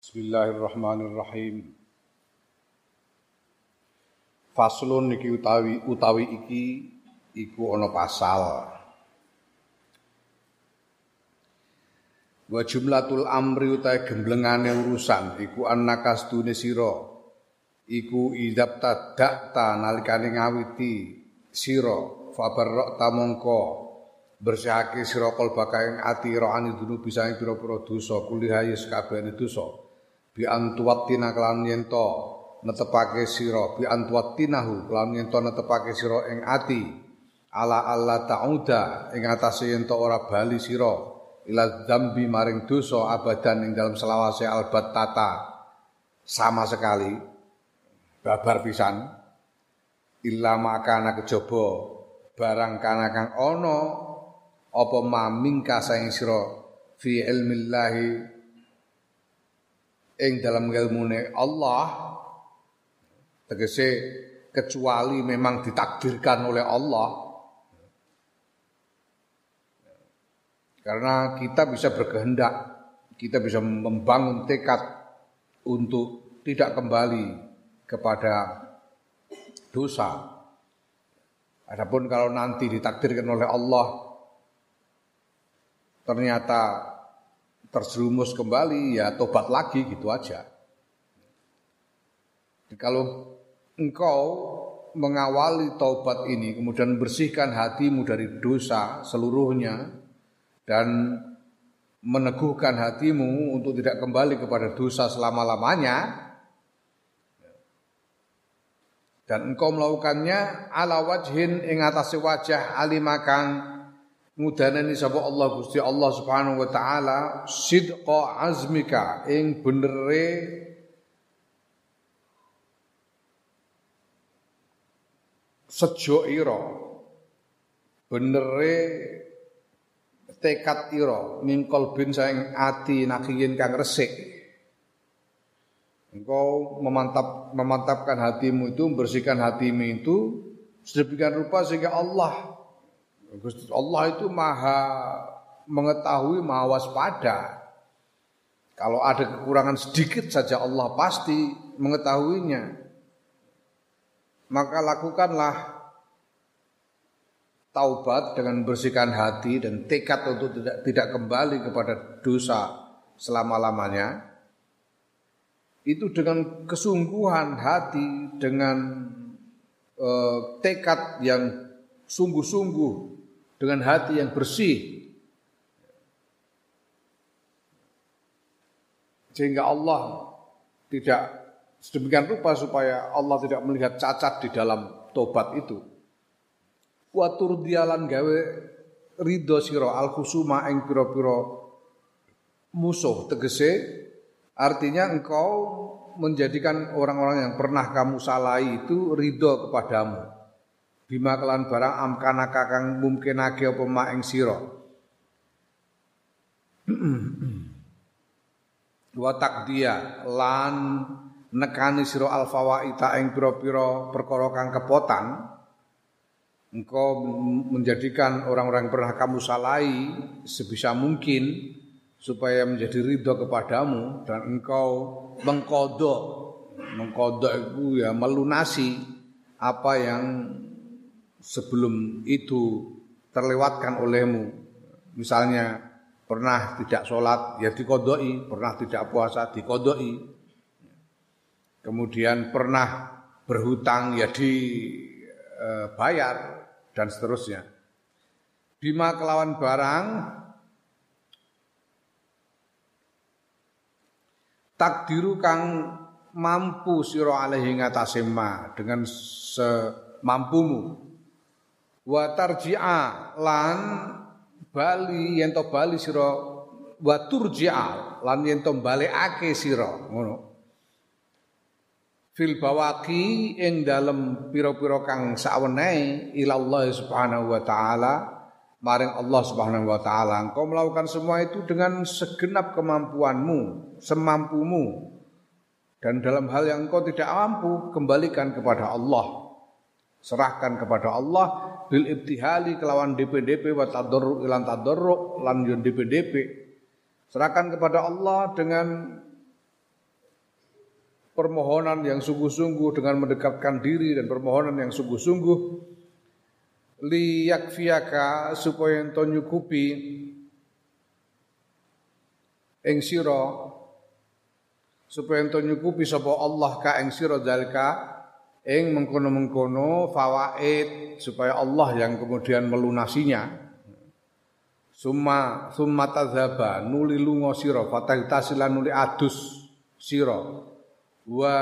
Bismillahirrahmanirrahim. Faslun iki utawi iki iku ana pasal. Wa jumlatul amri utawi gemblengane urusan iku annakastune sira iku idzabta dakta nalikane ngawiti sira fabarra'ta mongko bersihake sira qalbaka ing ati ira anidunu bisa ing pira-pira dosa kulihaye sakabehane dosa. Bi antuwatina kelan yen to netepake sira bi antuwatinahu kelan yen to netepake sira ing ati ala Allah ta'uda ing atase yen to ora bali sira ila dzambi maring dosa abadan ing dalam selawase albattata sama sekali babar pisan illa makana kejaba barang kana kang ana apa mamingka saing sira fi ilmillahi ing dalam ilmune Allah, tegese kecuali memang ditakdirkan oleh Allah. Karena kita bisa berkehendak, kita bisa membangun tekad untuk tidak kembali kepada dosa. Adapun kalau nanti ditakdirkan oleh Allah ternyata terjerumus kembali, ya tobat lagi gitu aja. Kalau engkau mengawali taubat ini, kemudian bersihkan hatimu dari dosa seluruhnya, dan meneguhkan hatimu untuk tidak kembali kepada dosa selama-lamanya, dan engkau melakukannya ala wajhin ing atase wajah alimakang ngudanani sapa Allah Gusti Allah Subhanahu wa taala sidqa azmika ing benere sejo ira benere tekad ira mingkol bin saing ati nakiyin kang resik. Engkau memantapkan hatimu itu, membersihkan hatimu itu sedemikian rupa sehingga Allah itu maha mengetahui, maha waspada. Kalau ada kekurangan sedikit saja Allah pasti mengetahuinya. Maka lakukanlah taubat dengan membersihkan hati dan tekad untuk tidak kembali kepada dosa selama-lamanya. Itu dengan kesungguhan hati, dengan tekad yang sungguh-sungguh, dengan hati yang bersih, sehingga Allah tidak sedemikian rupa supaya Allah tidak melihat cacat di dalam tobat itu. Wa turdialan gawe ridho sira al khusuma ing pira-pira musuh, tegese artinya engkau menjadikan orang-orang yang pernah kamu salahi itu ridho kepadamu. Bima kelan barang amkana kakang mungkinake apa mak ing sira. Wa takdiya lan nekani sira alfawaita ing pira-pira perkara kang kepotan. Engkau menjadikan orang-orang yang pernah kamu salahi sebisa mungkin supaya menjadi ridho kepadamu, dan engkau mengkodok itu ya melunasi apa yang sebelum itu terlewatkan olehmu. Misalnya pernah tidak sholat, ya dikodoi. Pernah tidak puasa, dikodoi. Kemudian pernah berhutang, ya dibayar, dan seterusnya. Bima kelawan barang takdiru kang mampu sira alaihi ngatasi ma dengan semampumu. Wa tarji'a lan bali yen to bali sira wa turji'a lan yen to balekake sira ngono fil bawaqi ing dalem pira-pira kang sawenehe ila Allah Subhanahu wa taala maring Allah Subhanahu wa taala. Engkau melakukan semua itu dengan segenap kemampuanmu, semampumu, dan dalam hal yang engkau tidak mampu kembalikan kepada Allah, serahkan kepada Allah bil ibtihali kelawan DP wa tadarru ilan tadarru lan yon DP. Serahkan kepada Allah dengan permohonan yang sungguh-sungguh dengan mendekatkan diri dan permohonan yang sungguh-sungguh liyakfiyaka supaya ento nyukupi ing sira supaya ento nyukupi sapa Allah ka ing sira dalika ing mengkono-mengkono fawaid supaya Allah yang kemudian melunasinya. Summa tadzaba nuli lunga sira fatahitasilan nuli adus sira wa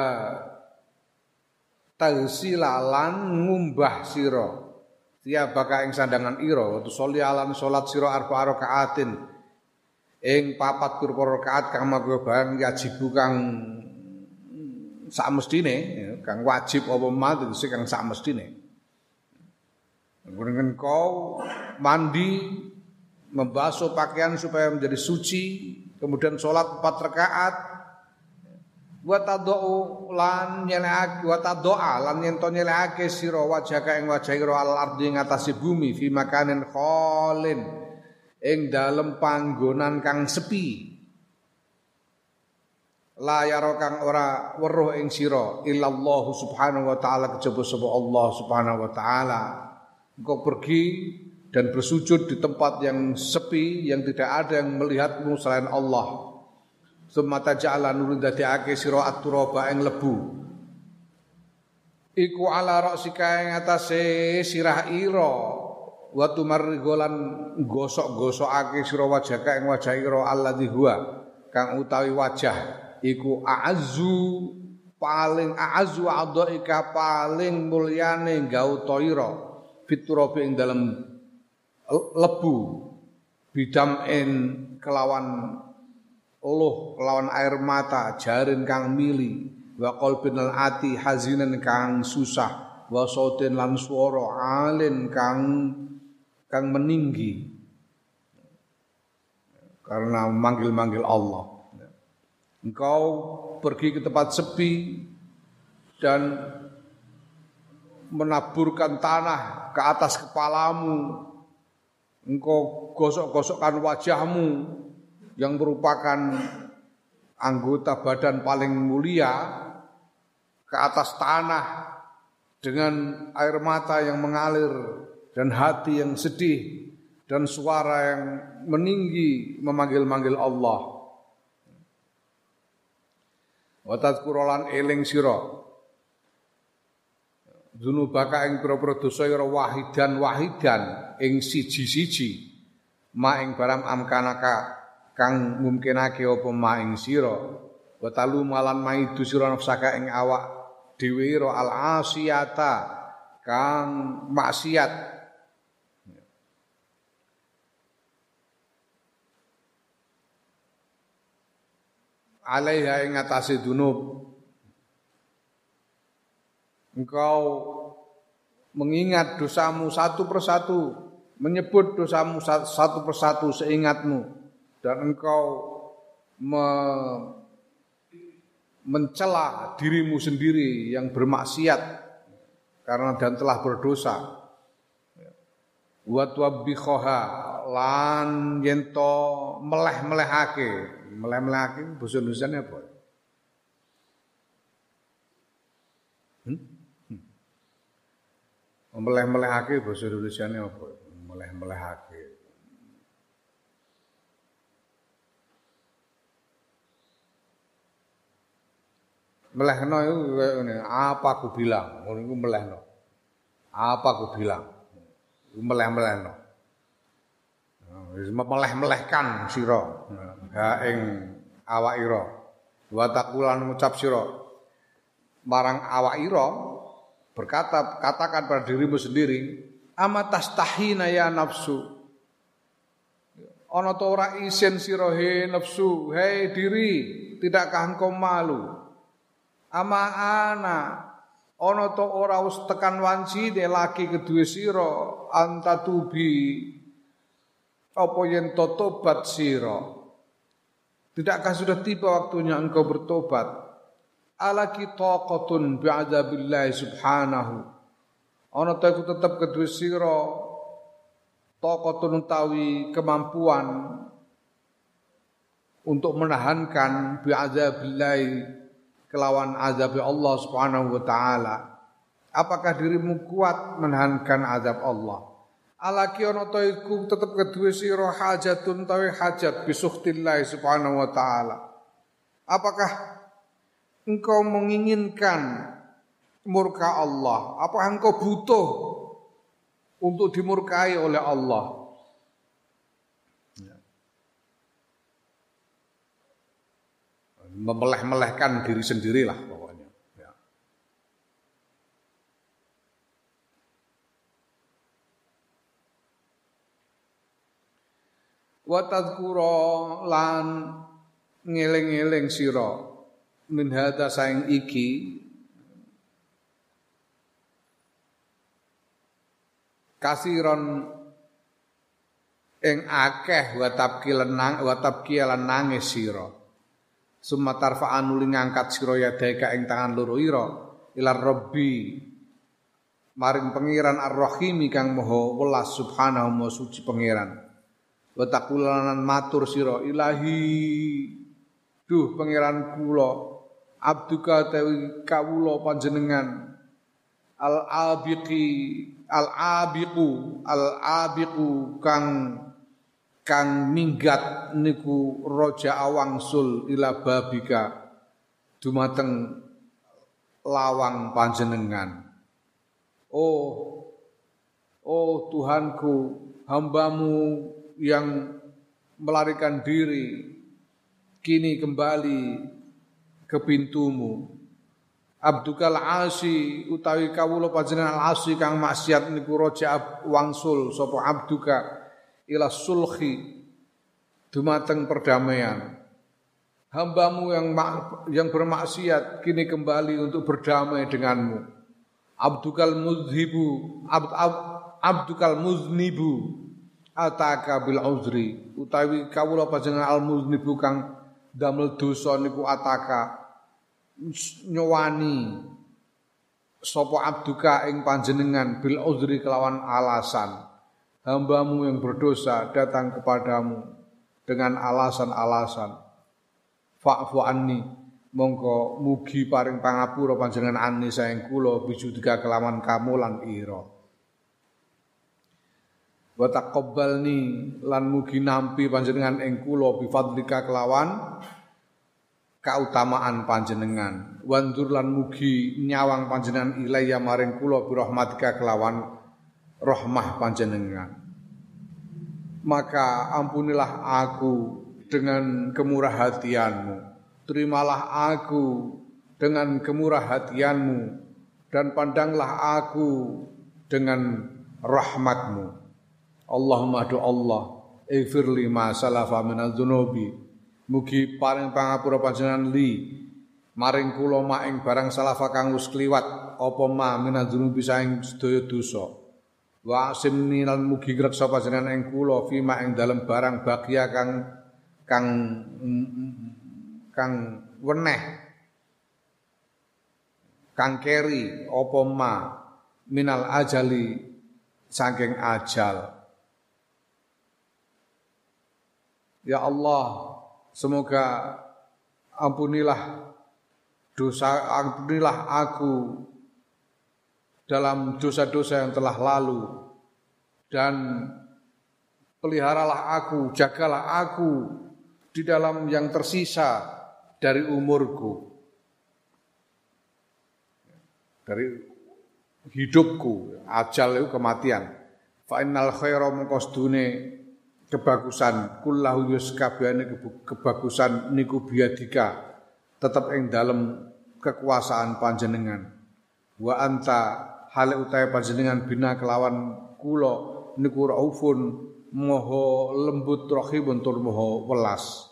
tagsilalan ngumbah sira tiabaka ing sandangan ira wa tusollialan salat sira arba'a rakaatin ing 4 rakaat kang magwe barang yajibu kang samestine kang wajib apa madhese kang samestine ngene kau mandi membasuh pakaian supaya menjadi suci, kemudian sholat 4 rakaat, wa tadau lan nyelake wa tadoa lan yen to nyelake sira wajhaka ing wajah ira al ardi ing atase bumi fi makanin khalin ing dalem panggonan kang sepi. La yara kang ora weruh ing sira illallah subhanahu wa taala kejaba sapa Allah subhanahu wa taala. Engkau pergi dan bersujud di tempat yang sepi yang tidak ada yang melihatmu selain Allah. Summa taj'ala nurun dadiake sira at-turaba ing lebu. Iku ala ra'sika ing atase sirah ira wa tumarrigolan gosok-gosokake sira wajhaka ing wajah ira alladzi huwa kang utawi wajah iku paling a'azzu a'dhaika paling mulyane gauta ira fiturabi ing dalem lebu bidam'in kelawan kelawan air mata jarin kang mili wa qalbinal ati hazinan kang susah wa sautin lan swara alin kang meninggi karena manggil-manggil Allah. Engkau pergi ke tempat sepi dan menaburkan tanah ke atas kepalamu. Engkau gosok-gosokkan wajahmu yang merupakan anggota badan paling mulia ke atas tanah dengan air mata yang mengalir dan hati yang sedih dan suara yang meninggi memanggil-manggil Allah. Wa tadzkurolan eling sira dzunubaka ing pira-pira dosa ira wahidan ing siji-siji ma ing barang amkanaka kang mungkinake apa ma ing sira wa talu malan maidu sira nafsaka ing awak dhewe ira al asiyata kang maksiat alaiha ing atase dunub. Engkau mengingat dosamu satu persatu, menyebut dosamu satu persatu seingatmu, dan engkau mencela dirimu sendiri yang bermaksiat karena dan telah berdosa. Wa tuwabbikhaha lan yento meleh-melehake basa Indonesiane apa? Meleh-melehake basa Indonesiane apa? Meleh-melehake. Melehno iku kaya ngene, apa aku bilang? Ngono iku melehno. Apa aku bilang? Iku meleh-melehno. Wis meleh-melehkan sira ha ing awak ira. Wa taqulan ngucap sira marang awak ira katakan pada dirimu sendiri, amatastahina ya nafsu. Ana ta ora isin sira he nafsu, hei diri, tidakkah engkau malu? Ama ana ta ora wis tekan wancine laki kedue sira antatubi apa yen tobat sira. Tidakkah sudah tiba waktunya engkau bertobat? Alaki taqatun bi'adzabillahi subhanahu. Ana ta iku tetep kedue sira taqatun utawi kemampuan untuk menahankan bi'adzabillahi kelawan azab Allah Subhanahu wa taala. Apakah dirimu kuat menahankan azab Allah? Alaki ana ta iku tetep kedue sira hajatun tawi hajat bisukhtillah Subhanahu wa taala. Apakah engkau menginginkan murka Allah? Apakah engkau butuh untuk dimurkai oleh Allah? Memeleh-melehkan diri sendirilah pokoknya. Ya. Wa tadhkura lan ngeling-eling sira min hadza saing iki kasiron ing akeh wa tabki lan nangis sira. Sumatar fa'anuli ngangkat sira yadaika ing tangan loro ira ilar rabbi maring pangeran ar-rahimi kang maha welas subhanahu wa suci pangeran. Wa taqulanan matur sira ilahi duh pangeran kula abduka tawi kawula panjenengan al-abiqu kang minggat niku roja awangsul ila babika dumateng lawang panjenengan. Oh Tuhanku, hambamu yang melarikan diri kini kembali ke pintumu. Abdukal asi utawi kawula panjenengan al-asi kang maksiat niku roja wangsul sapa abduka ila sulhi dumateng perdamaian. Hambamu yang bermaksiat kini kembali untuk berdamai denganmu. Abdukal muznibu ataka bil uzri utawi kawula panjenengan al muznibu kang damel dosa niku ataka nyowani sapa abduka ing panjenengan bil uzri kelawan alasan. Hambamu yang berdosa datang kepadamu dengan alasan-alasan. Fa'fu anni mongko mugi paring pangapura panjenengan anni saeng kula bijudika kelawan kamu lan ira. Wa taqabbalni lan mugi nampi panjenengan ing kula bifadlika kelawan kautamaan panjenengan. Wandur lan mugi nyawang panjenengan ilaiya maring kula birahmatika kelawan rahmah panjenengan. Maka ampunilah aku dengan kemurah hatianmu, terimalah aku dengan kemurah hatianmu, dan pandanglah aku dengan rahmatmu. Allahumma do Allah ighfirli ma salafa minadz dzunubi, mugi paring pangapura panjenengan li maring kula ing barang salafa kang wis kliwat apa ma minadz dzunubi saing sedaya dosa. Wa asimni lan mugi ngreksa panjenengan ing kula fima ing dalem barang bagia kang weneh kang keri apa ma minal ajali saking ajal. Ya Allah, semoga ampunilah aku dalam dosa-dosa yang telah lalu, dan peliharalah aku, jagalah aku di dalam yang tersisa dari umurku, dari hidupku. Ajal itu kematian. Fa innal khaira maqasdune kebagusan kullahu yuskabane kebagusan niku biadika tetep ing dalem kekuasaan panjenengan. Wa anta hale utahe panjenengan bina kelawan kula niku raufun moho lembut rahibun tur moho welas.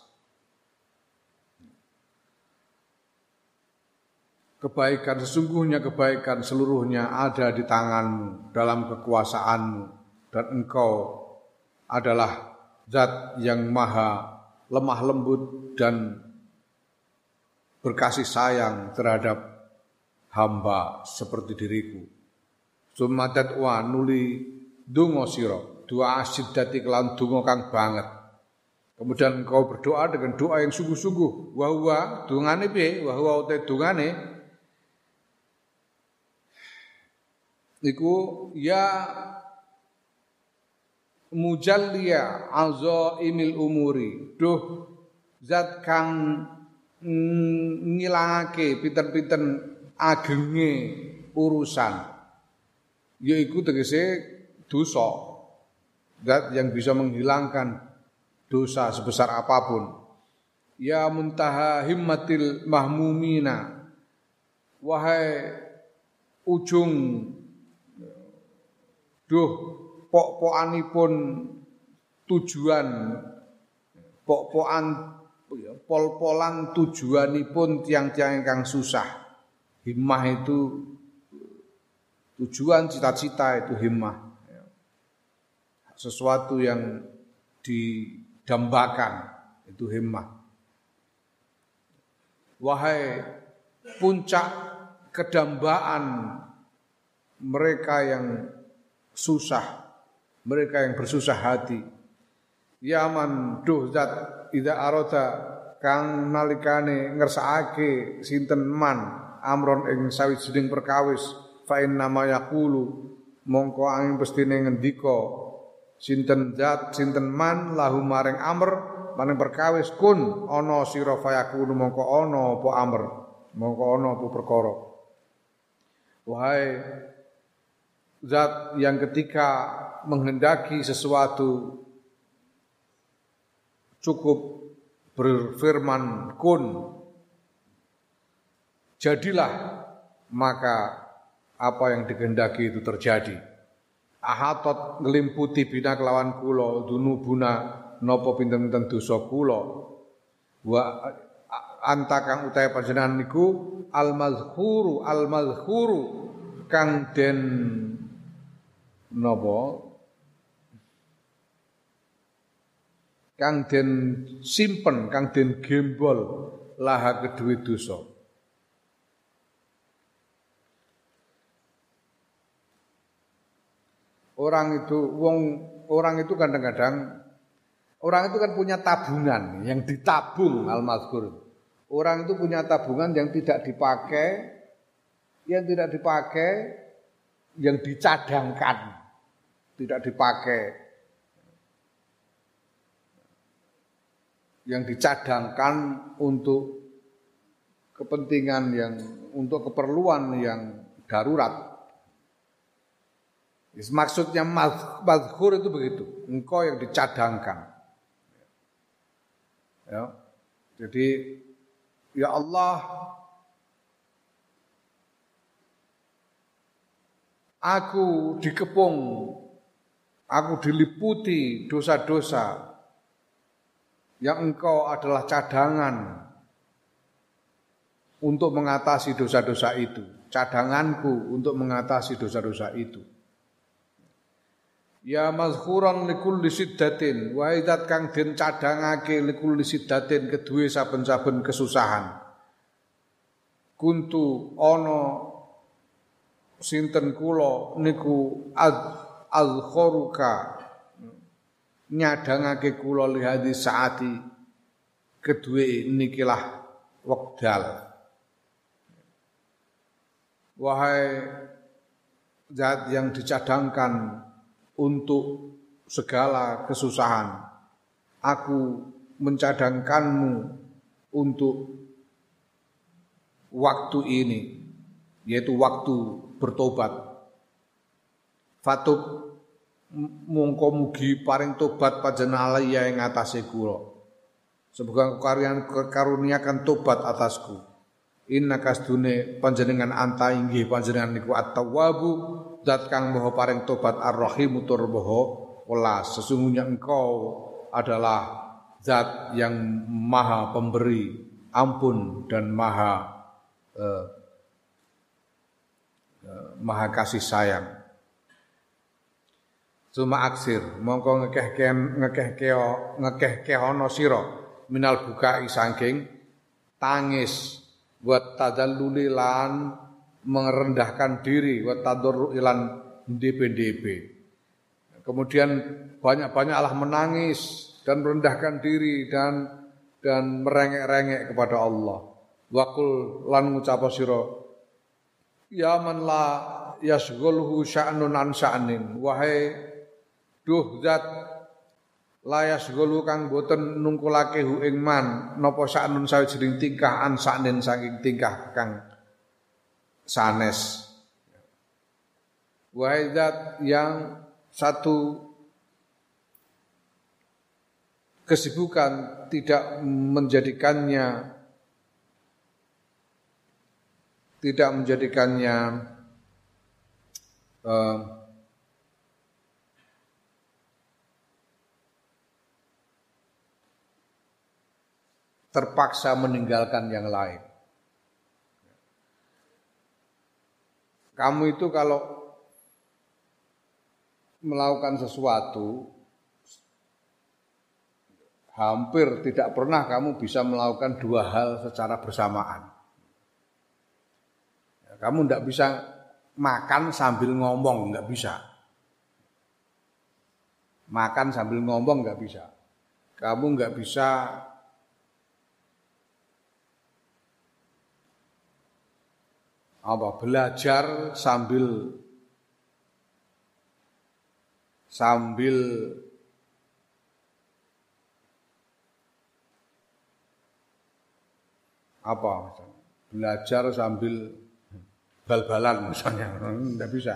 Kebaikan sesungguhnya kebaikan seluruhnya ada di tanganmu, dalam kekuasaanmu, dan engkau adalah zat yang maha lemah lembut dan berkasih sayang terhadap hamba seperti diriku. Sumadat wa nuli donga sira, doa syiddati kelan donga kang banget. Kemudian engkau berdoa dengan doa yang sungguh-sungguh. Wa huwa dungane piye? Wa huwa uta dungane iku ya mujalliya azaimil umuri. Duh zat kang ngilangake pinten-pinten agenge urusan. Yaiku tegese dosa. Zat yang bisa menghilangkan dosa sebesar apapun. Ya muntaha himmatil mahmumina, wahai ujung duh pok-pokanipun tujuan, pok-pokan pol-polan tujuanipun tiang-tiang ingkang susah. Himmah itu tujuan, cita-cita itu himmah. Sesuatu yang didambakan itu himmah. Wahai puncak kedambaan mereka yang susah, mereka yang bersusah hati. Ya man duh zat ida arota kang nalikane ngersakake sinten man amron ing sawijining perkawis fa inna ma yaqulu mongko angin pestine ngendika sinten zat sinten man lahu maring amr maring perkawis kun ana sira fayakunu mongko ana apa amr mongko ana apa perkara. Wahai zat yang ketika menghendaki sesuatu cukup berfirman kun jadilah, maka apa yang dikehendaki itu terjadi. Ahatot ngelimputi bina kelawan kula dunubuna napa pinten-pinten dosa kula wa anta kang utahe panjenengan niku al-mazhuru kang den napa kang den simpen kang den gembol laha kedue dosa. Orang itu kadang-kadang orang itu kan punya tabungan yang ditabung al-mazkur. Orang itu punya tabungan yang tidak dipakai, yang dicadangkan, tidak dipakai. Yang dicadangkan untuk kepentingan untuk keperluan yang darurat. Maksudnya mazkur itu begitu, engkau yang dicadangkan. Ya. Jadi ya Allah, aku dikepung, aku diliputi dosa-dosa yang engkau adalah cadangan untuk mengatasi dosa-dosa itu, cadanganku untuk mengatasi dosa-dosa itu. Ya mazkuran likulli siddatin, wahai zat kang den cadangake likulli siddatin kedue saben-saben kesusahan. Kuntu ana sinten kula niku al-kharuka nyadangake kula lihadi saati kedue nikilah wekdal. Wahai zat yang dicadangkan untuk segala kesusahan, aku mencadangkanmu untuk waktu ini, yaitu waktu bertobat. Fatub mongko mugi paring tobat panjenengan ya ing atase kula. Semoga karuniakan tobat atasku. Inna kasdune panjenengan anta inggih panjenengan niku at-tawwabu zat kang maha paring tobat ar-rahim tur maha welas. Sesungguhnya engkau adalah zat yang maha pemberi ampun dan maha kasih sayang. Cuma aksir mongko ngekeh ana sira minal bukai saking tangis buat tadalluli lan merendahkan diri buat tadarru ilan DPDP. Kemudian banyak-banyaklah menangis dan merendahkan diri dan merengek-rengek kepada Allah. Waqul lan ngucap sira, ya man la yasghulhu sya'nun an sya'nin, wahai duh zat la yasghulu kang boten nungkulake hu ing man napa sya'nun sawijining tingkah an sya'nin saking tingkah kang sanes. Wahai zat yang satu kesibukan tidak menjadikannya terpaksa meninggalkan yang lain. Kamu itu kalau melakukan sesuatu, hampir tidak pernah kamu bisa melakukan dua hal secara bersamaan. Kamu tidak bisa makan sambil ngomong, tidak bisa. Makan sambil ngomong tidak bisa. Kamu tidak bisa belajar sambil belajar sambil bal-balan misalnya, tidak bisa.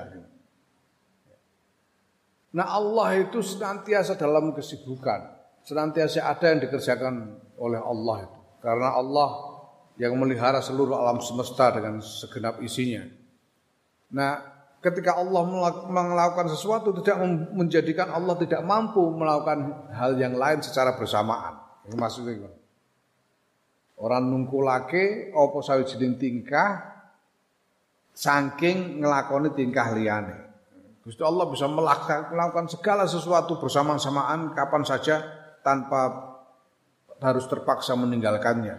Nah Allah itu senantiasa dalam kesibukan, senantiasa ada yang dikerjakan oleh Allah itu. Karena Allah yang melihara seluruh alam semesta dengan segenap isinya. Nah ketika Allah melakukan sesuatu tidak menjadikan Allah tidak mampu melakukan hal yang lain secara bersamaan. Itu maksudnya gimana? Orang nungkulake apa sawijining tingkah saking ngelakoni tingkah liyane. Gusti Allah bisa melakukan segala sesuatu bersama-samaan kapan saja tanpa harus terpaksa meninggalkannya.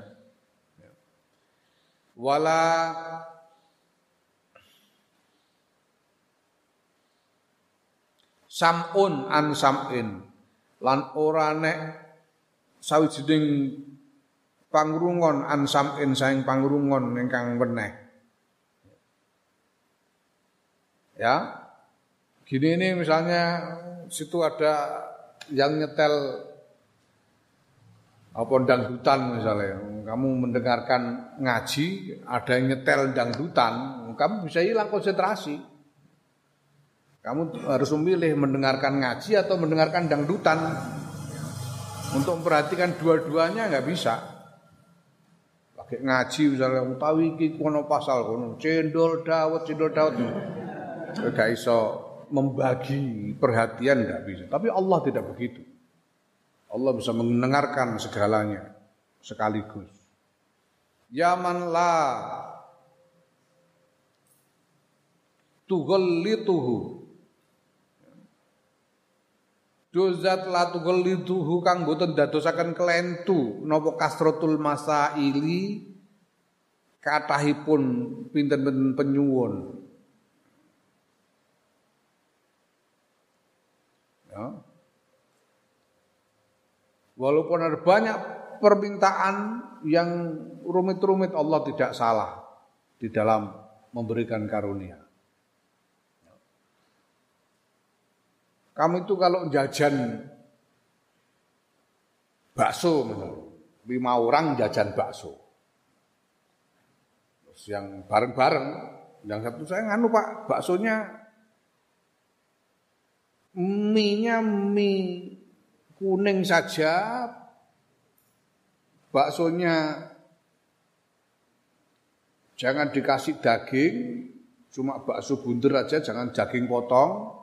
Wala sam'un an sam'in lan ora nek sawijining pangrungon an sam'in saing pangrungon ingkang weneh. Ya, gini ini misalnya situ ada yang nyetel dangdutan misalnya, kamu mendengarkan ngaji, ada yang nyetel dangdutan, kamu bisa hilang konsentrasi. Kamu harus memilih mendengarkan ngaji atau mendengarkan dangdutan. Untuk memperhatikan dua-duanya nggak bisa. Pakai ngaji misalnya, utawi iki kono pasal kono, cendol dawet. Gak iso membagi perhatian, enggak bisa. Tapi Allah tidak begitu. Allah bisa mendengarkan segalanya sekaligus. Ya man la tughallituhu, dozat la tughallituhu kang boten dadosaken kelentu napa kasratul masaili kathahipun pinten-pinten penyuwun. Ya. Walaupun ada banyak permintaan yang rumit-rumit, Allah tidak salah di dalam memberikan karunia. Kamu itu kalau jajan bakso misalnya, 5 orang jajan bakso. Terus yang bareng-bareng, yang satu saya nganu Pak, baksonya mie-nya mie kuning saja, baksonya jangan dikasih daging, cuma bakso bunder aja, jangan daging potong.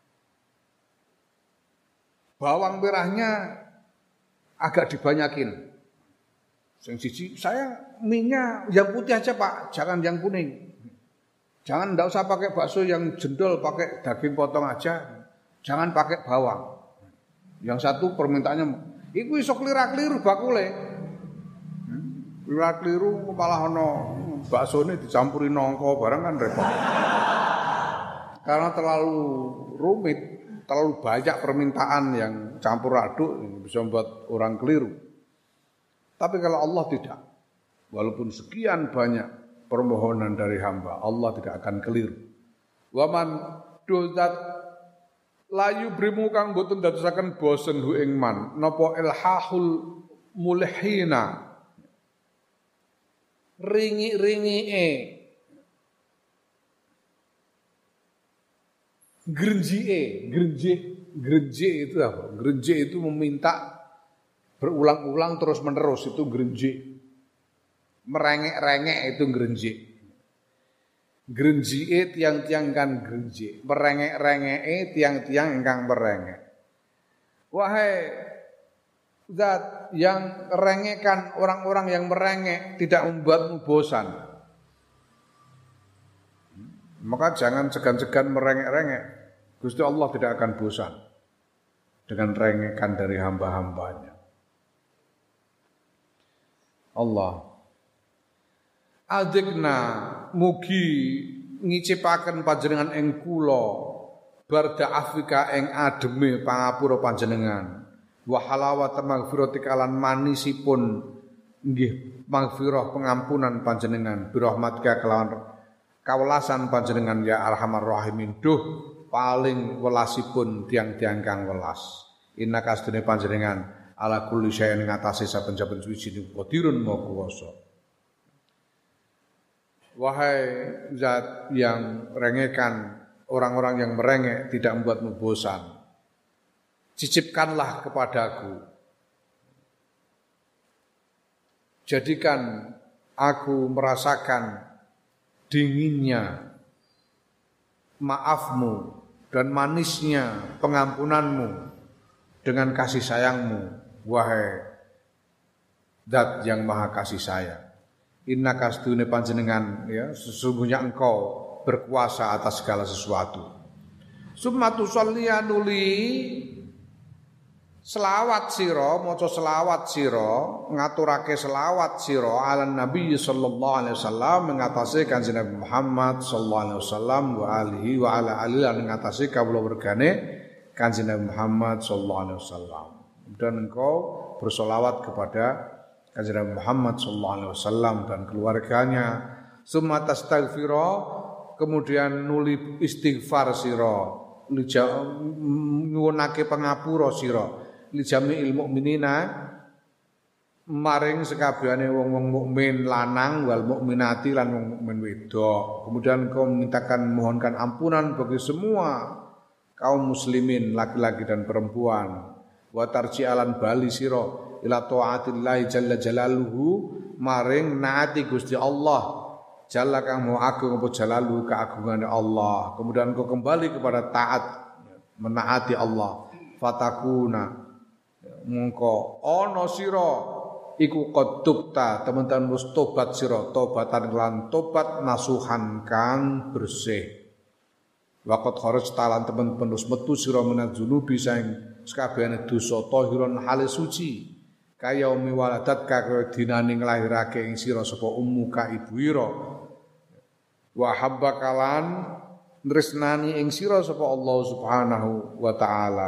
Bawang merahnya agak dibanyakin. Yang siji, saya mie-nya yang putih aja Pak, jangan yang kuning. Jangan, enggak usah pakai bakso yang jendol, pakai daging potong aja. Jangan pakai bawang. Yang satu permintaannya, iku iso klira-kliru bakule. Klira-kliru malah ono baksone dicampuri nongko barang kan repot. Karena terlalu rumit, terlalu banyak permintaan yang campur aduk bisa membuat orang keliru. Tapi kalau Allah tidak, walaupun sekian banyak permohonan dari hamba, Allah tidak akan keliru. Waman dozat layu brimu kang boten dadosaken bosen hu ing man napa ilhahul mulhina ringi-ringike grenje itu apa? Grenje itu meminta berulang-ulang terus menerus, itu grenje. Merengek-rengek itu grenje. Grenjike tiang-tiang kan grenje, merengek-rengeke tiang-tiang ingkang merengek. Wahai zat yang rengekan orang-orang yang merengek tidak membuatmu bosan. Maka jangan segan-segan merengek-rengek. Gusti Allah tidak akan bosan dengan rengekan dari hamba-hambanya. Allah adikna mugi ngicipaken panjenengan ing kula barda afika ing ademe pangapura panjenengan wa halawat maghfirati kalan manisipun nggih maghfirah pengampunan panjenengan birahmatika kelawan kawelasan panjenengan ya arhamar rahimin duh paling welasipun tiang-tiang kang welas innaka astune panjenengan ala kulli syai'in ing atase saben-saben suci qadirun maha kuwasa. Wahai zat yang rengekan orang-orang yang merengek tidak membuatmu bosan, cicipkanlah kepadaku, jadikan aku merasakan dinginnya maafmu dan manisnya pengampunanmu dengan kasih sayangmu, wahai zat yang maha kasih sayang. Inna kastune panjenengan ya sesungguhnya engkau berkuasa atas segala sesuatu. Summatu sholliya nuli selawat sira maca selawat sira ngaturake selawat sira ala nabi sallallahu alaihi wasallam mengatasi kanjeng Nabi Muhammad sallallahu alaihi wasallam wa alihi wa ala alihi lan ngatasi kawula wergane kanjeng Nabi Muhammad sallallahu alaihi wasallam. Dan engkau bersolawat kepada kanjeng Nabi Muhammad sallallahu alaihi wasallam dan keluarganya. Summa tastaghfira kemudian nuli istighfar sira nyuwunake pangapura sira li jami'il mukminina maring sekabehane wong-wong mukmin lanang wal mukminati lan wong mukmin wedok. Kemudian engkau memintakan mohonkan ampunan bagi semua kaum muslimin laki-laki dan perempuan. Wa tarji'alan bali sira ila ta'atillahi jalla jalaluhu maring naati Gusti Allah jalla kang maha agung apa jalaluhu keagungane Allah. Kemudian engkau kembali kepada taat menaati Allah fatakuna mengko ana sira iku qadukta teman-teman wis tobat sira tobatan lan tobat nasuhan kang bersih. Waqat kharaj talan teman-teman wis metu sira menaz dzunubi saing sakabehane dosa tahiron hale suci kaya umi waladat kaya dinane nglahirake ing sira sapa ummuka ibu ira wa habbakalan tresnani ing sira sapa Allah Subhanahu wa taala.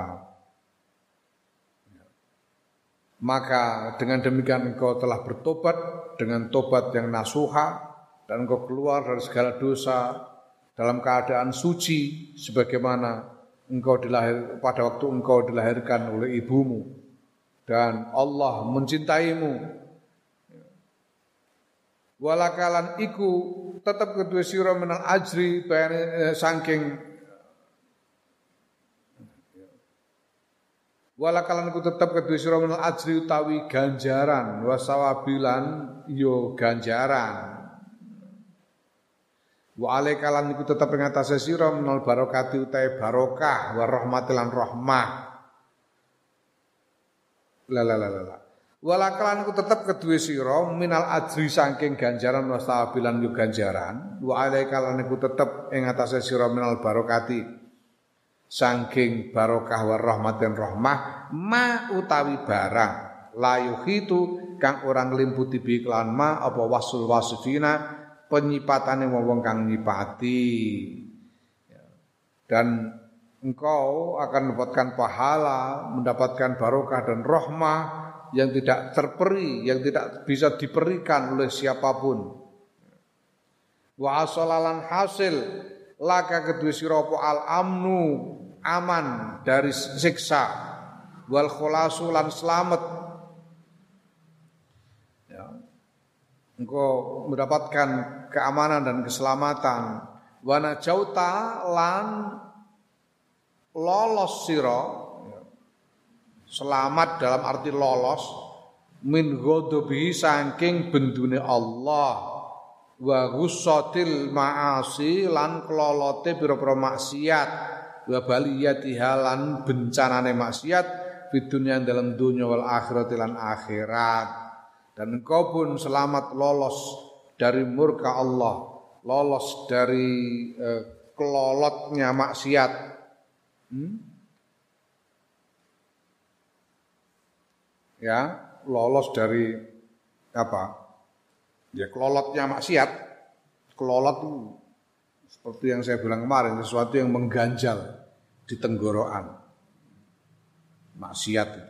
Maka dengan demikian engkau telah bertobat dengan tobat yang nasuha dan engkau keluar dari segala dosa dalam keadaan suci sebagaimana engkau pada waktu engkau dilahirkan oleh ibumu dan Allah mencintaimu. Walakalan iku tetap kedua sira menal ajri saking walakalan iku tetap kedua sira menal ajri utawi ganjaran wasawabilan yo ganjaran. Wa alaikalan iku tetep ing atase sira menal barokati utahe barokah wa rahmatilan rahmah. La. Walakalan iku tetep kedue sira minal ajri saking ganjaran wastabilan yo ganjaran. Wa alaikalan iku tetep ing atase sira minal barokati saking barokah wa rahmatin rahmah ma utawi barang layuhitu kang orang limputi bi iklan ma apa wasul wasifina penyipatane wong kang nyipati dan engkau akan mendapatkan pahala, mendapatkan barokah dan rahmah yang tidak terperi, yang tidak bisa diberikan oleh siapapun. Wa asalalan hasil laka kedua sira al amnu aman dari siksa wal khulasu lan selamat. Ya. Engkau mendapatkan keamanan dan keselamatan. Wa najauta lan lolos sira, selamat dalam arti lolos min ghadabihi saking bendune Allah. Wa ghussatil ma'asi lan kelolote pira-pira maksiat wa baliyatiha lan bencanane maksiat di dunia dalam dunia wal akhirat lan akhirat. Dan engkau pun selamat lolos dari murka Allah, lolos dari kelolotnya maksiat. Ya, lolos dari apa? Ya kelolotnya maksiat. Kelolot itu seperti yang saya bilang kemarin, sesuatu yang mengganjal di tenggorokan. Maksiat itu.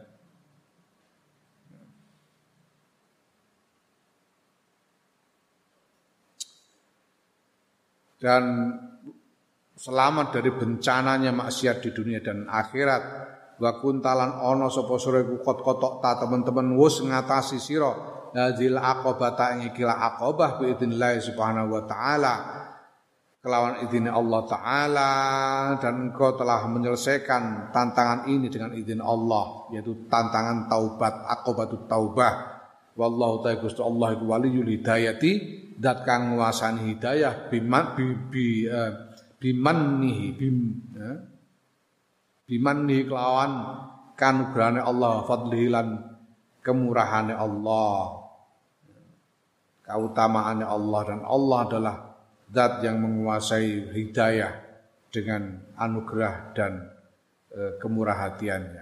Dan selamat dari bencananya maksiat di dunia dan akhirat. Wa kuntalan ana sapa sira iku kotok ta teman-teman wis ngatasi sira hadil aqobata ing ikila aqobah bi idznillah subhanahu wa taala kelawan izin Allah taala, dan engkau telah menyelesaikan tantangan ini dengan izin Allah, yaitu tantangan taubat, aqobatut taubah. Wallahu ta'ala Gusti Allah iku waliyul hidayati, zat kang nguasani hidayah bimannihi kelawan kanugrahane Allah, fadlihi lan kemurahane Allah, keutamaannya Allah, dan Allah adalah zat yang menguasai hidayah dengan anugerah dan kemurah hatiannya.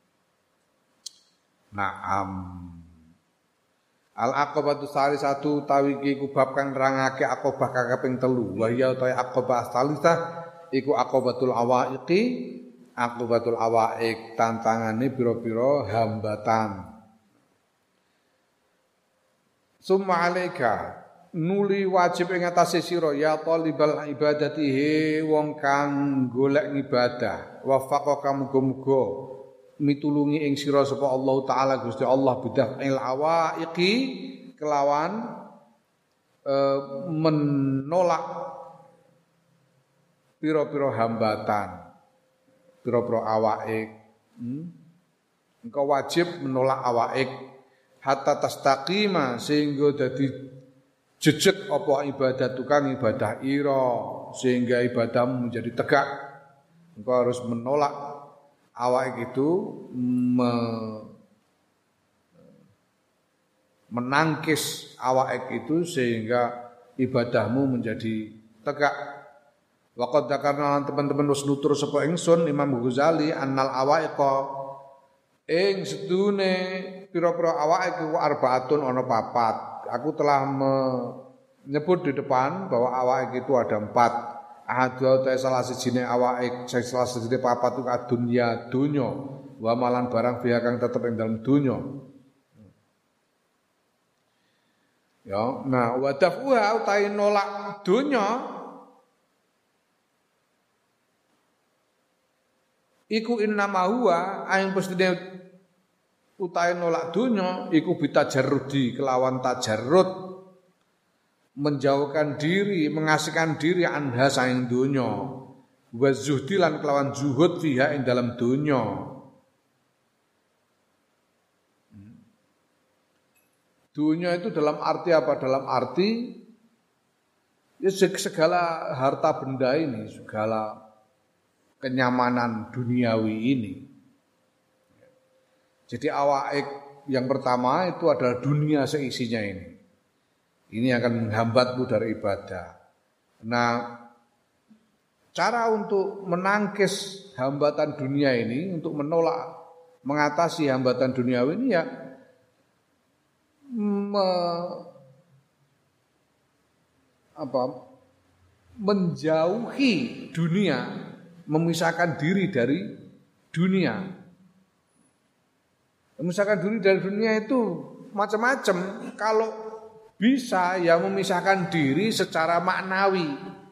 Naam. Al-aqobatu salisatu tawi iki ku bab kang nerangake aqobah kaping 3. Wa ya ta aqobah salisah iku aqobatul awaiqi, aqobatul awaiq tantangane pira-pira hambatan. Summa alaika nuli wajib ing atase sira ya talibal ibadatihi wong kang golek ibadah, wafaqaka muga-muga mitulungi ing sira sapa Allah taala Gusti Allah bidaf'il awaiqi kelawan menolak pira-pira hambatan, pira-pira awaiq. Engkau wajib menolak awaiq hatta tastaqima sehingga dadi jejeg apa ibadah tukang ibadah ira, sehingga ibadahmu menjadi tegak. Engkau harus menolak awak itu menangkis awak itu sehingga ibadahmu menjadi tegak. Waqad dzakarna teman-teman wis nutur sapa ingsun Imam Ghazali annal awaiqa ing sedune pira-pira awak iku arbaatun ana papat. Aku telah menyebut di depan bahwa awak itu ada 4. Ahadu ta salah sijine awake, salah sijine papat itu dunya dunya, wa malan barang fiha kang tetep ing dalem dunya. Ya, nah wa dafuha utai nolak dunya iku innama huwa aing pestine utai nolak dunya iku bitajarrudi kelawan tajarrud, menjauhkan diri, mengasihkan diri anha saing dunya, wa zuhdi lan kelawan zuhud fiha ing dalam dunya. Dunya itu dalam arti apa? Dalam arti ya segala harta benda ini, segala kenyamanan duniawi ini. Jadi awak yang pertama itu adalah dunia seisinya ini. Ini akan menghambatmu dari ibadah. Nah, cara untuk menangkis hambatan dunia ini, untuk menolak, mengatasi hambatan duniawi ini ya menjauhi dunia, memisahkan diri dari dunia. Memisahkan diri dari dunia itu macam-macam. Kalau bisa ya memisahkan diri secara maknawi.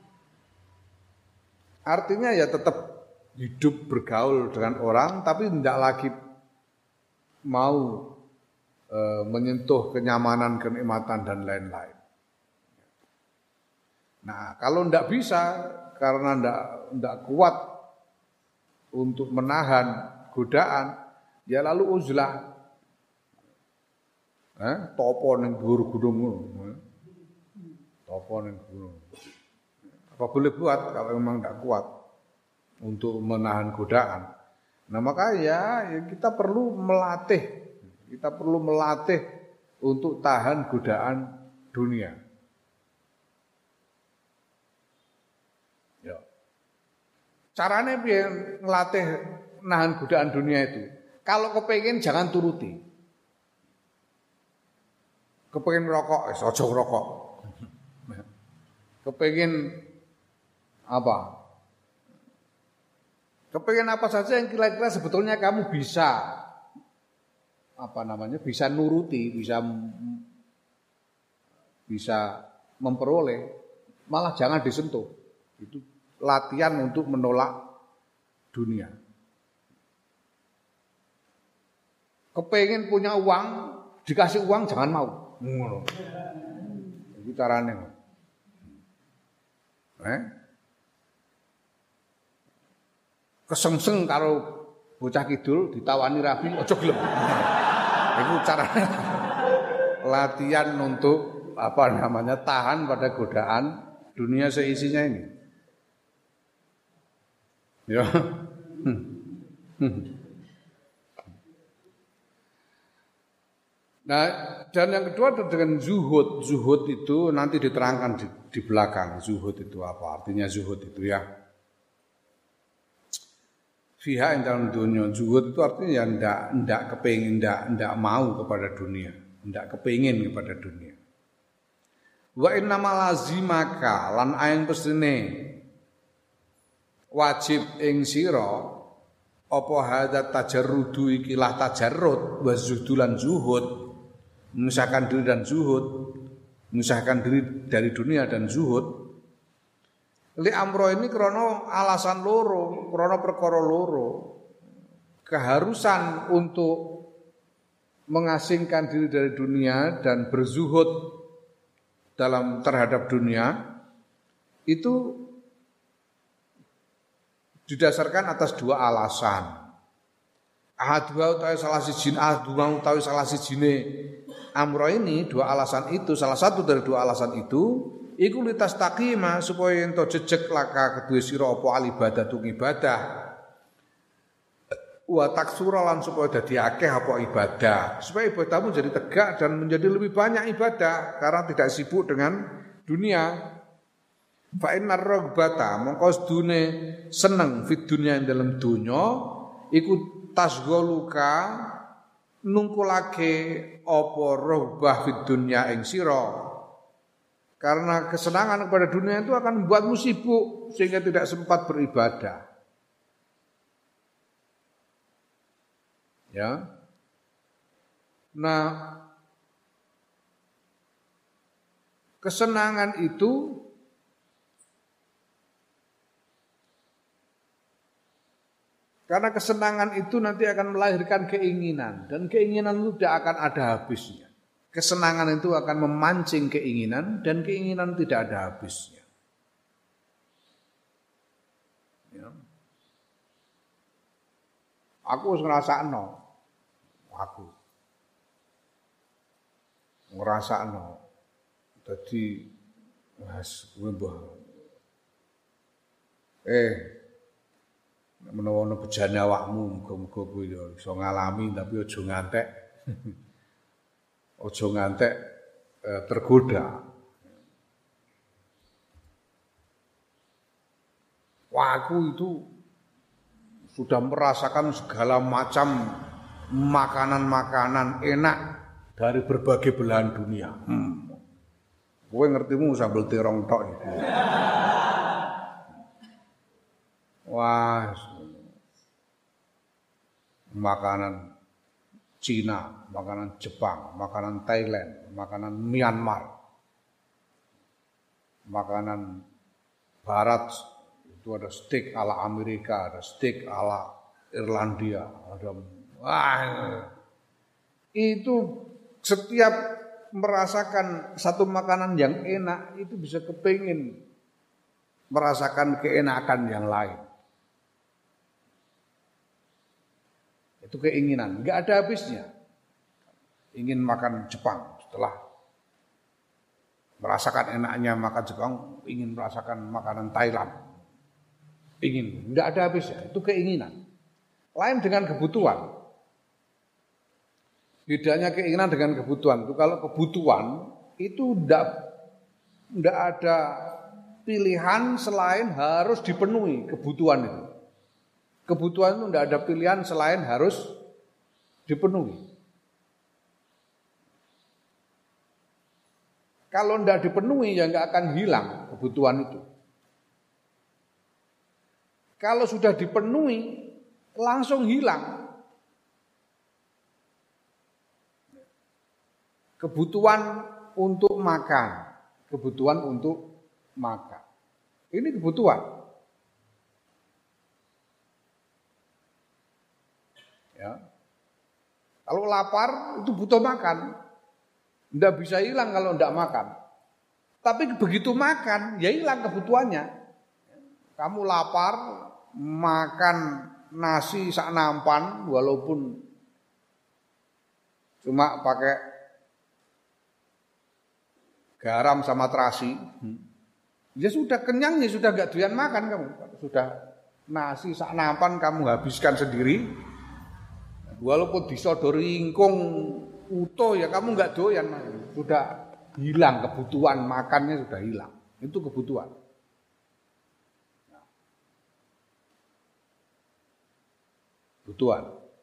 Artinya ya tetap hidup bergaul dengan orang tapi tidak lagi mau menyentuh kenyamanan, kenikmatan dan lain-lain. Nah, kalau tidak bisa karena tidak kuat untuk menahan godaan, ya lalu uzlah. Topo ning dhuwur gunung. Topo ning gunung. Apa boleh buat kalau memang tidak kuat untuk menahan godaan. Nah, makanya ya kita perlu melatih. Kita perlu melatih untuk tahan godaan dunia. Ya. Caranya biar ngelatih nahan godaan dunia itu. Kalau kepengin jangan turuti. Kepengin rokok, aja ngerokok. Kepengin apa? Kepengin apa saja yang kira-kira sebetulnya kamu bisa bisa nuruti, bisa memperoleh, malah jangan disentuh. Itu latihan untuk menolak dunia. Kepengin punya uang, dikasih uang jangan mau. Ngono. Itu carane. Kesengseng karo bocah kidul ditawani rabi aja gelem. Itu caranya latihan untuk tahan pada godaan dunia seisinya ini. Ya. Nah, dan yang kedua dengan zuhud. Zuhud itu nanti diterangkan di belakang. Zuhud itu apa? Artinya zuhud itu ya. Fiha yang dalam dunia. Zuhud itu artinya ndak kepengin, ndak mau kepada dunia, ndak kepengin kepada dunia. Wa innamal lazimaka lan ayang pestine wajib ing sira apa hadat tajarrudu ikilah tajarrud wa zuhdulan zuhud. Memisahkan diri dan zuhud, memisahkan diri dari dunia dan zuhud. Li amro ini krono alasan loro, krono perkara loro. Keharusan untuk mengasingkan diri dari dunia dan berzuhud terhadap dunia itu didasarkan atas dua alasan. Ahadwa utawi salah sijine amro ini dua alasan itu, salah satu dari dua alasan itu iku litas taqima supaya ento jejeg laka kedue sira apa alibadatu ibadah wa taksura lan supaya dadi akeh apa ibadah, supaya ibadahmu jadi tegak dan menjadi lebih banyak ibadah karena tidak sibuk dengan dunia. Fa innar ragbata mongko sedune seneng fid dunya ing dalem donya iku tasgoluka nungkulake apa rohbah fid dunya ing sira. Karena kesenangan kepada dunia itu akan membuatmu sibuk sehingga tidak sempat beribadah. Ya. Nah, kesenangan itu karena kesenangan itu nanti akan melahirkan keinginan dan keinginan itu tidak akan ada habisnya. Kesenangan itu akan memancing keinginan dan keinginan tidak ada habisnya. Ya. Aku ngerasakno. Aku ngerasakno. Dadi mas kowe mbah. Menawa ana bejane awakmu muga-muga kowe ya iso ngalami tapi aja ngantek. Aja ngantek tergoda. Wah, aku itu sudah merasakan segala macam makanan-makanan enak dari berbagai belahan dunia. Kowe ngertimu sambel terong tok iku. Wah, makanan Cina, makanan Jepang, makanan Thailand, makanan Myanmar, makanan Barat itu ada steak ala Amerika, ada steak ala Irlandia, ada itu setiap merasakan satu makanan yang enak itu bisa kepingin merasakan keenakan yang lain. Itu keinginan, nggak ada habisnya. Ingin makan Jepang, setelah merasakan enaknya makan Jepang, ingin merasakan makanan Thailand. Ingin, nggak ada habisnya. Itu keinginan. Lain dengan kebutuhan. Bedanya keinginan dengan kebutuhan. Itu kalau kebutuhan itu nggak ada pilihan selain harus dipenuhi kebutuhan itu. Kebutuhan itu tidak ada pilihan selain harus dipenuhi. Kalau tidak dipenuhi ya nggak akan hilang kebutuhan itu. Kalau sudah dipenuhi langsung hilang. Kebutuhan untuk makan, kebutuhan untuk makan. Ini kebutuhan. Ya. Kalau lapar itu butuh makan. Tidak bisa hilang kalau tidak makan. Tapi begitu makan, ya hilang kebutuhannya. Kamu lapar, makan nasi sak nampan, walaupun cuma pakai garam sama terasi. Ya sudah kenyang, ya sudah gak doyan makan kamu. Sudah nasi sak nampan kamu habiskan sendiri. Walaupun disodori ingkung utuh ya kamu nggak doyan, sudah hilang kebutuhan makannya sudah hilang. Itu kebutuhan. Kebutuhan.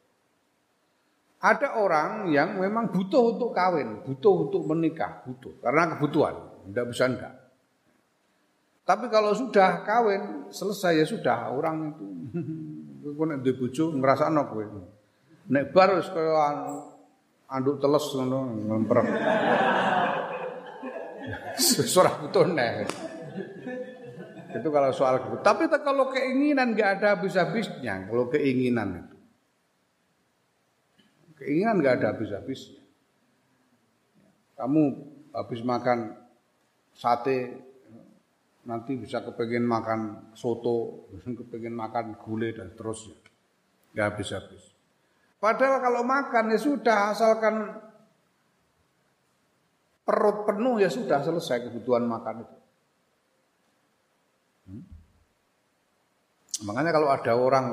Ada orang yang memang butuh untuk kawin, butuh untuk menikah, butuh karena kebutuhan, tidak bisa enggak. Tapi kalau sudah kawin selesai ya sudah orang itu, kowe nek duwe bojo ngrasakno kowe. Nek bar wis kaya anduk teles ngono ngemprek. Ora butuh neh. Itu kalau soal kebutuhan. Tapi kalau keinginan enggak ada habis-habisnya, kalau keinginan itu. Keinginan enggak ada habis-habisnya. Kamu habis makan sate nanti bisa kepengen makan soto, kepengen makan gulai dan seterusnya. Enggak habis-habis. Padahal kalau makan ya sudah, asalkan perut penuh ya sudah selesai kebutuhan makan itu. Makanya kalau ada orang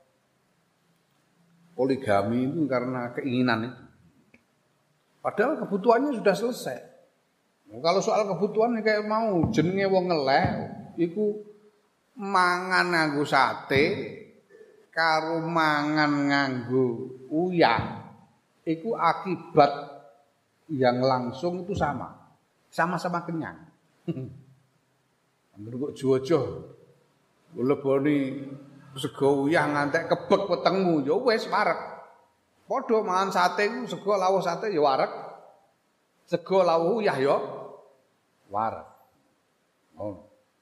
poligami itu karena keinginan itu. Padahal kebutuhannya sudah selesai. Kalau soal kebutuhan kayak mau jenenge wong ngeleh iku mangan nganggo sate karo mangan nganggo uyah itu akibat yang langsung itu sama-sama kenyang. Angger kok jojo leboni sego uyah ngantek kebek wetengmu ya wis wareg. Padha mangan sate ku sego lawuh sate ya wareg. Sego lawuh uyah ya wareg. Oh.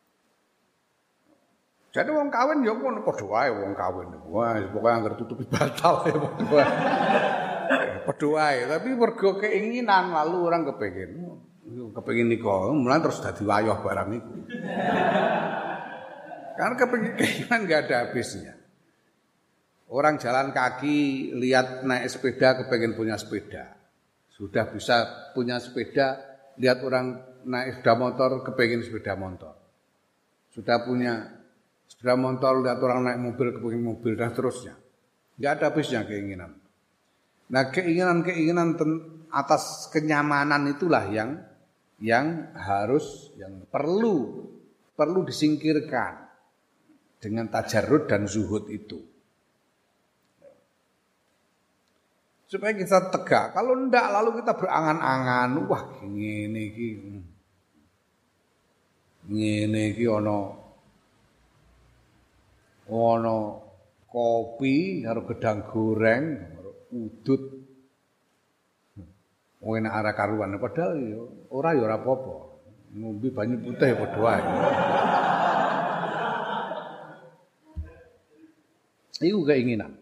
Jadi wong kawin ya ngono padha wae wong kawin. Wah, pokoke anggere tutupi batal ya padha wae. Padha wae, tapi mergo keinginan lalu orang kepengin nikah, mulai terus dadi wayah barang iku. Karena keinginan enggak ada habisnya. Orang jalan kaki lihat naik sepeda kepengin punya sepeda. Sudah bisa punya sepeda, lihat orang naik sepeda motor kepengin sepeda motor. Sudah punya sepeda motor, lihat orang naik mobil kepengin mobil dan seterusnya. Enggak ada habisnya keinginan. Nah, keinginan-keinginan atas kenyamanan itulah yang harus yang perlu disingkirkan dengan tajarrud dan zuhud itu. Supaya kita tegak. Kalau enggak lalu kita berangan-angan, wah ngene iki ana ana kopi karo gedang goreng karo udut. Wong enak ora karuan padahal ya ora apa-apa. Ngombe banyu putih ya padha wae. Iku keinginan.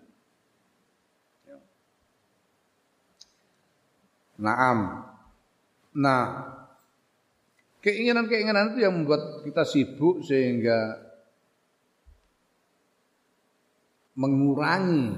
Naam. Nah, keinginan-keinginan itu yang membuat kita sibuk sehingga mengurangi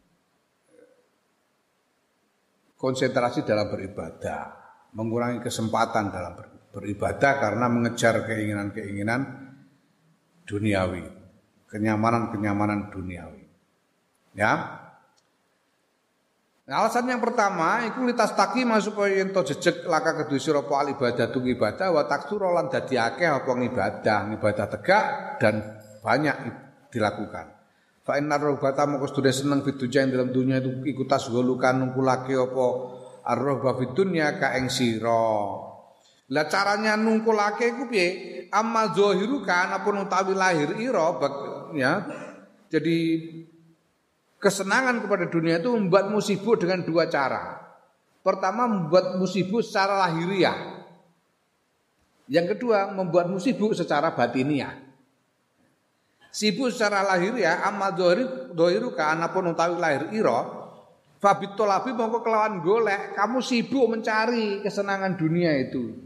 konsentrasi dalam beribadah, mengurangi kesempatan dalam beribadah karena mengejar keinginan-keinginan duniawi, kenyamanan-kenyamanan duniawi. Ya. Nah, alasan yang pertama iku litastaqi supaya ento jejeg laka kedue sira apa ibadatu ibadah wa taksura lan dadi akeh apa ibadah tegak dan banyak dilakukan. Fa innar rabbata moko sedune seneng bidunya ing dalam dunia itu iku tasghulukan nungkulake apa ar-rahba bidunya ka ing sira. Lah caranya nungkulake iku piye? Amma zahirukan apa utawi lahir ira ya. Jadi kesenangan kepada dunia itu membuatmu sibuk dengan dua cara. Pertama membuatmu sibuk secara lahiriah. Yang kedua membuatmu sibuk secara batiniah. Sibuk secara lahiriah amal dohiru ka anapun utawi lahir ira fabitolabi mongko kelawan golek kamu sibuk mencari kesenangan dunia itu.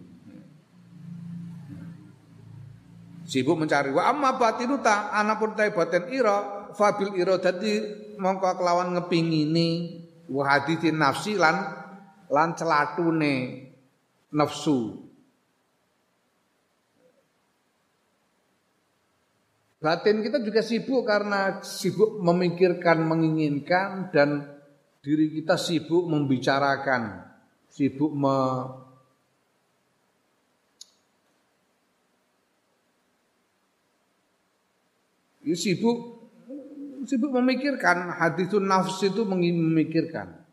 Sibuk mencari wa amma batinu ta anapun utawi batin ira fabil iradati mongko kelawan ngepingini wa haditsin nafsi lan celatune nafsu. Batin kita juga sibuk karena sibuk memikirkan, menginginkan dan diri kita sibuk membicarakan, sibuk sibuk memikirkan, haditsun nafs itu memikirkan.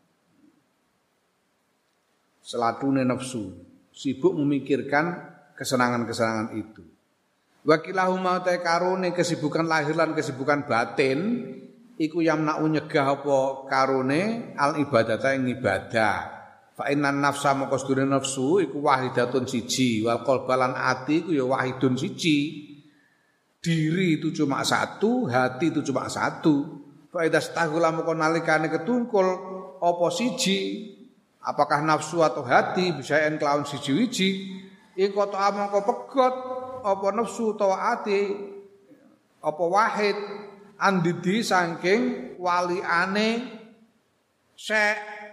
Selatune nafsu, sibuk memikirkan kesenangan-kesenangan itu. Wakilahuma ta karone kesibukan lahir lan kesibukan batin iku yamna'u nyegah apa karone al ibadata ing ibadah. Fa innan nafsa moko sedune nafsu iku wahidatun siji wal qalbalan ati iku ya wahidun siji. Diri itu cuma satu, hati itu cuma satu. Fa idza stahula moko nalikane ketungkul apa siji, apakah nafsu atau hati bisa en kelawan siji-wiji, ing kota mongko pegot apa nafsu utawa ati apa wahid andidi saking waliane syek.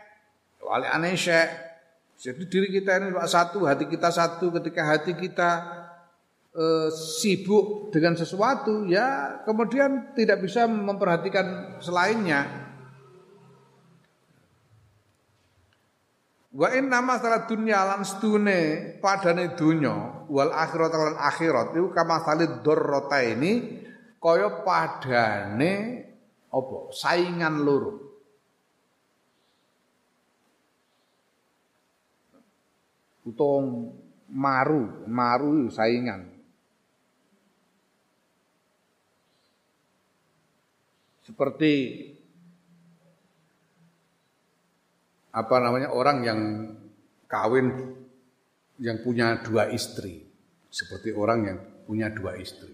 Jadi diri kita ini satu, hati kita satu. Ketika hati kita sibuk dengan sesuatu, ya kemudian tidak bisa memperhatikan selainnya. Wa inna masalah dunya lan stune padane dunya wal akhirat lan akhirat iku kamasalid dzarrata ini kaya padane apa saingan loro. Utawa maru saingan. Seperti orang yang kawin yang punya dua istri, seperti orang yang punya dua istri.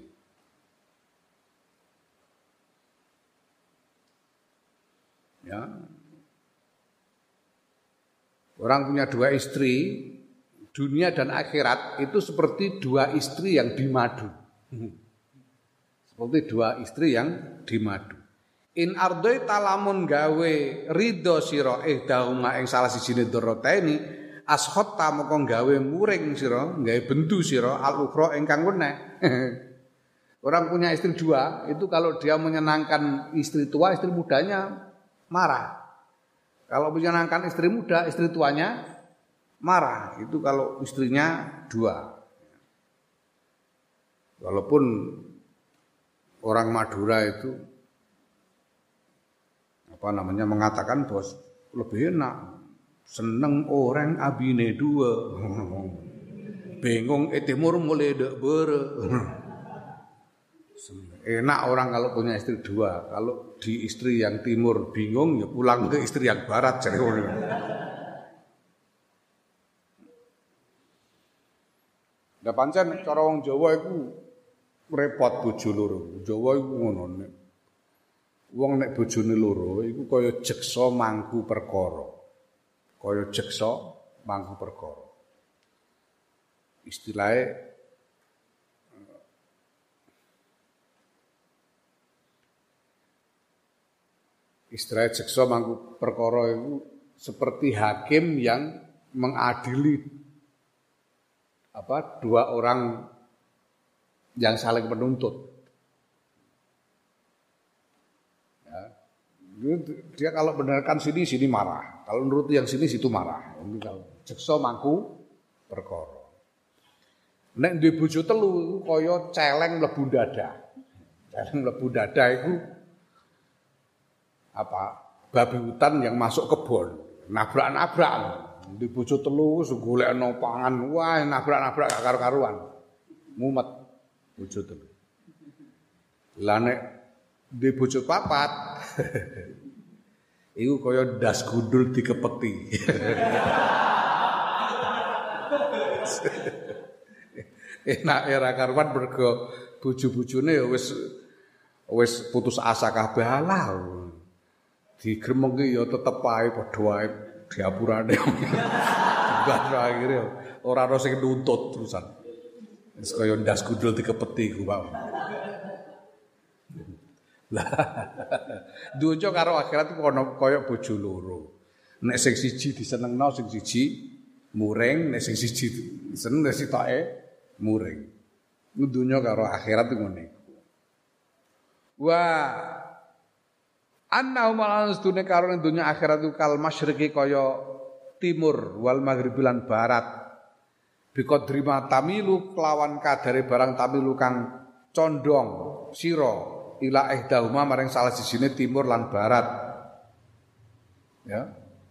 Ya. Orang punya dua istri, dunia dan akhirat itu seperti dua istri yang dimadu. Seperti dua istri yang dimadu. In ardoi talamun gawe ridho sira dahuma ing salah sijine dzarrataini ashotta moko gawe muring sira gawe bendu sira al-ukhra ingkang weneh. Orang punya istri dua itu kalau dia menyenangkan istri tua, istri mudanya marah. Kalau menyenangkan istri muda, istri tuanya marah. Itu kalau istrinya dua. Walaupun orang Madura itu mengatakan bos lebih enak seneng orang abine dua bingung etimur mulai dek bere Enak orang kalau punya istri dua. Kalau di istri yang timur bingung ya pulang ke istri yang barat jadi ngono. Lah pancen cara wong Jawa iku repot bojo loro. Jawa iku ngono nek wong nek bojone loro iku kaya jeksa mangku perkara. Kaya jeksa mangku perkara. Istilahnya jeksa mangku perkara itu seperti hakim yang mengadili dua orang yang saling menuntut. Ya. Dia kalau benarkan sini marah, kalau nuruti yang sini situ marah. Ini kalau jeksa mangku perkara. Nek duwe bojo telu kaya celeng mlebu dada. Celeng mlebu dada iku babi hutan yang masuk kebon, nabrak-nabrak. Di bojo telu wis golekno pangan, wah nabrak-nabrak gak karu-karuan. Mumet bojo telu. Lah nek di bojo papat iku kaya ndas gundul dikepeti. Enak era karuan mergo bojo-bojone ya wis putus asa kabeh alah. Digremengke ya tetep ae padha wae diapurane. Bar akhire ora ono sing nuntut terusan. Wis kaya ndas gundul dikepeti ku, Pak. Lah dunya karo akhirat iku ana kaya bojo loro. Nek sing siji disenengno, sing siji muring, nek sing siji seneng nek sitoke muring. Dunya karo akhirat iku ngene. Wah annahu malan sedune karo ning dunya akhirat iku kal masyriqi kaya timur wal maghribi lan barat. Biqadri tamilu kelawan kadare barang tamilu kang condong sira ila ihdahuma maring salah sijine timur lan barat. Ya.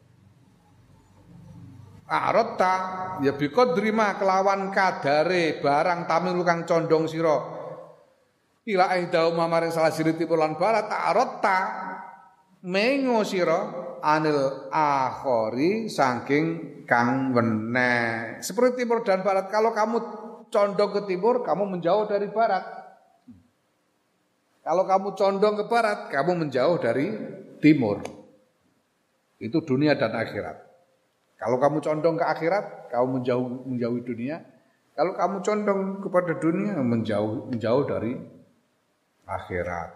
Arata ya biqadri kelawan kadare barang tamilu kang condong sira ila ihdahuma maring salah sijine timur lan barat arata mengo sira anil akhori saking kang weneh. Seperti timur dan barat, kalau kamu condong ke timur, kamu menjauh dari barat. Kalau kamu condong ke barat, kamu menjauh dari timur. Itu dunia dan akhirat. Kalau kamu condong ke akhirat, kamu menjauhi dunia. Kalau kamu condong kepada dunia, menjauh dari akhirat.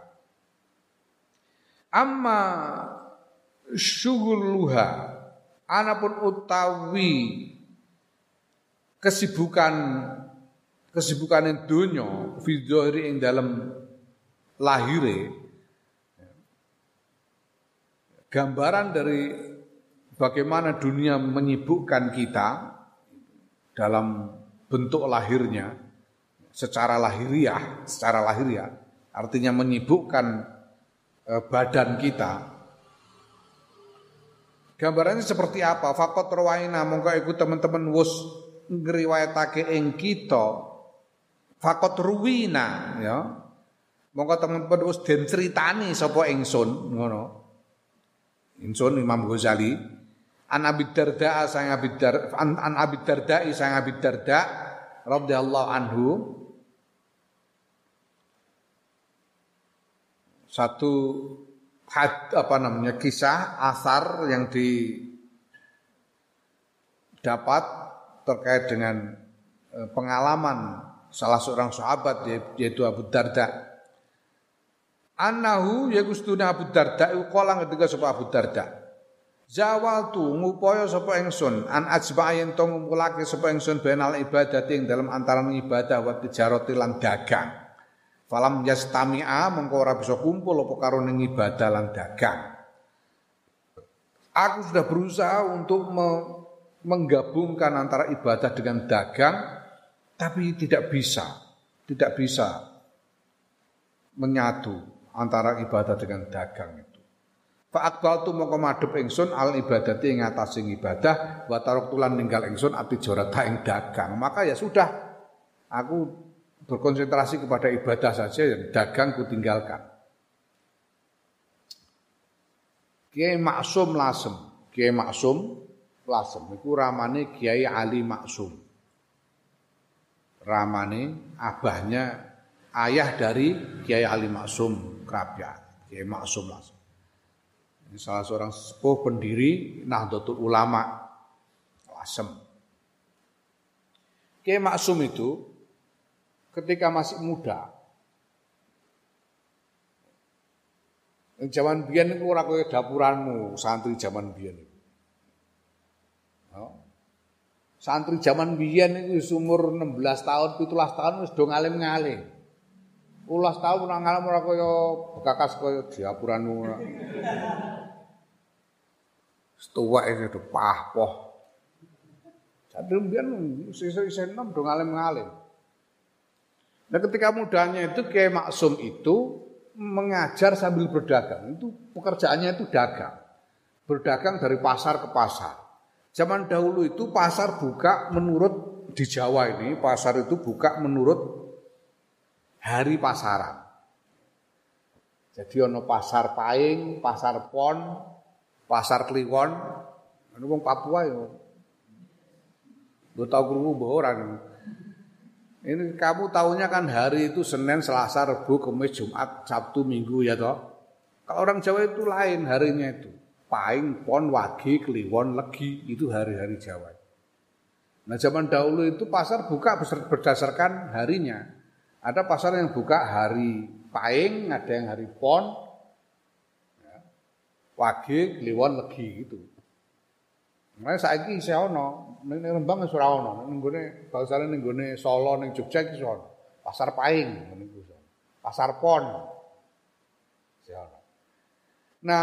Amma syughuluha anapun utawi kesibukan dunya fi dzahiri ing dalem lahire, gambaran dari bagaimana dunia menyibukkan kita dalam bentuk lahirnya secara lahiriah artinya menyibukkan badan kita. Gambarannya seperti apa? Faqat rawaina mongko iku teman-teman wis ngriwayatake ing kita. Faqat ruwina ya. Mongko teman-teman wis den critani sapa ingsun ngono. Ingsun Imam Ghazali an Abi Darda sang Abi Darda an Abi Darda sang Abi Darda radhiyallahu anhu. Satu kisah asar yang didapat terkait dengan pengalaman salah seorang sahabat yaitu Abu Darda. Annahu yaqustuna Abu Darda qala ketika sapa Abu Darda. Zawaltu ngupaya sapa ingsun an ajba'in to ngumpulake sapa ingsun benal ibadati ing dalam antaraning ibadah wa tijarati lan dagang. Falam yastami'a mengko ora bisa kumpul apa karo ning ibadah lan dagang. Aku sudah berusaha untuk menggabungkan antara ibadah dengan dagang, tapi tidak bisa menyatu antara ibadah dengan dagang itu. Fa aqbaltu mongko madhep ingsun al ibadati ing atase ibadah wa taraktulan ninggal ingsun ati jorata ing dagang. Maka ya sudah aku berkonsentrasi kepada ibadah saja, dagang kutinggalkan. Kiai Maksum Lasem, Kiai Maksum Lasem iku ramane Kiai Ali Maksum. Ramane abahnya ayah dari Kiai Ali Maksum Krapyak, Kiai Maksum Lasem. Ini salah seorang sepuh pendiri Nahdlatul Ulama Lasem. Kiai Maksum itu ketika masih muda, zaman biyen iku ora kaya dapuranmu santri zaman biyen iku. Santri zaman biyen iku umur 16 tahun, 17 tahun wis do ngalim-ngalim. 12 tahun ora ngalim ora kaya bekakas kaya dapuranmu. Setuwek iki do pah-poh. Santri biyen isih enom do ngalim-ngalim. Nah ketika mudanya itu Kiai Maksum itu mengajar sambil berdagang. Itu pekerjaannya itu dagang. Berdagang dari pasar ke pasar. Zaman dahulu itu pasar buka menurut di Jawa ini, pasar itu buka menurut hari pasaran. Jadi ono pasar Paing, pasar Pon, pasar Kliwon. Anu wong Papua ya. Lu tau krungu mbah ora? Ini kamu tahunya kan hari itu Senin, Selasa, Rabu, Kamis, Jumat, Sabtu, Minggu ya toh. Kalau orang Jawa itu lain harinya itu. Paing, Pon, Wage, Kliwon, Legi itu hari-hari Jawa. Nah zaman dahulu itu pasar buka berdasarkan harinya. Ada pasar yang buka hari Paing, ada yang hari Pon, ya, Wage, Kliwon, Legi gitu. Nah saiki isih ana, ning Rembang wis ora ana, ning gone bangsane ning gone Solo ning Jogja iki ana. Pasar Paing niku. Pasar Pon. Nah,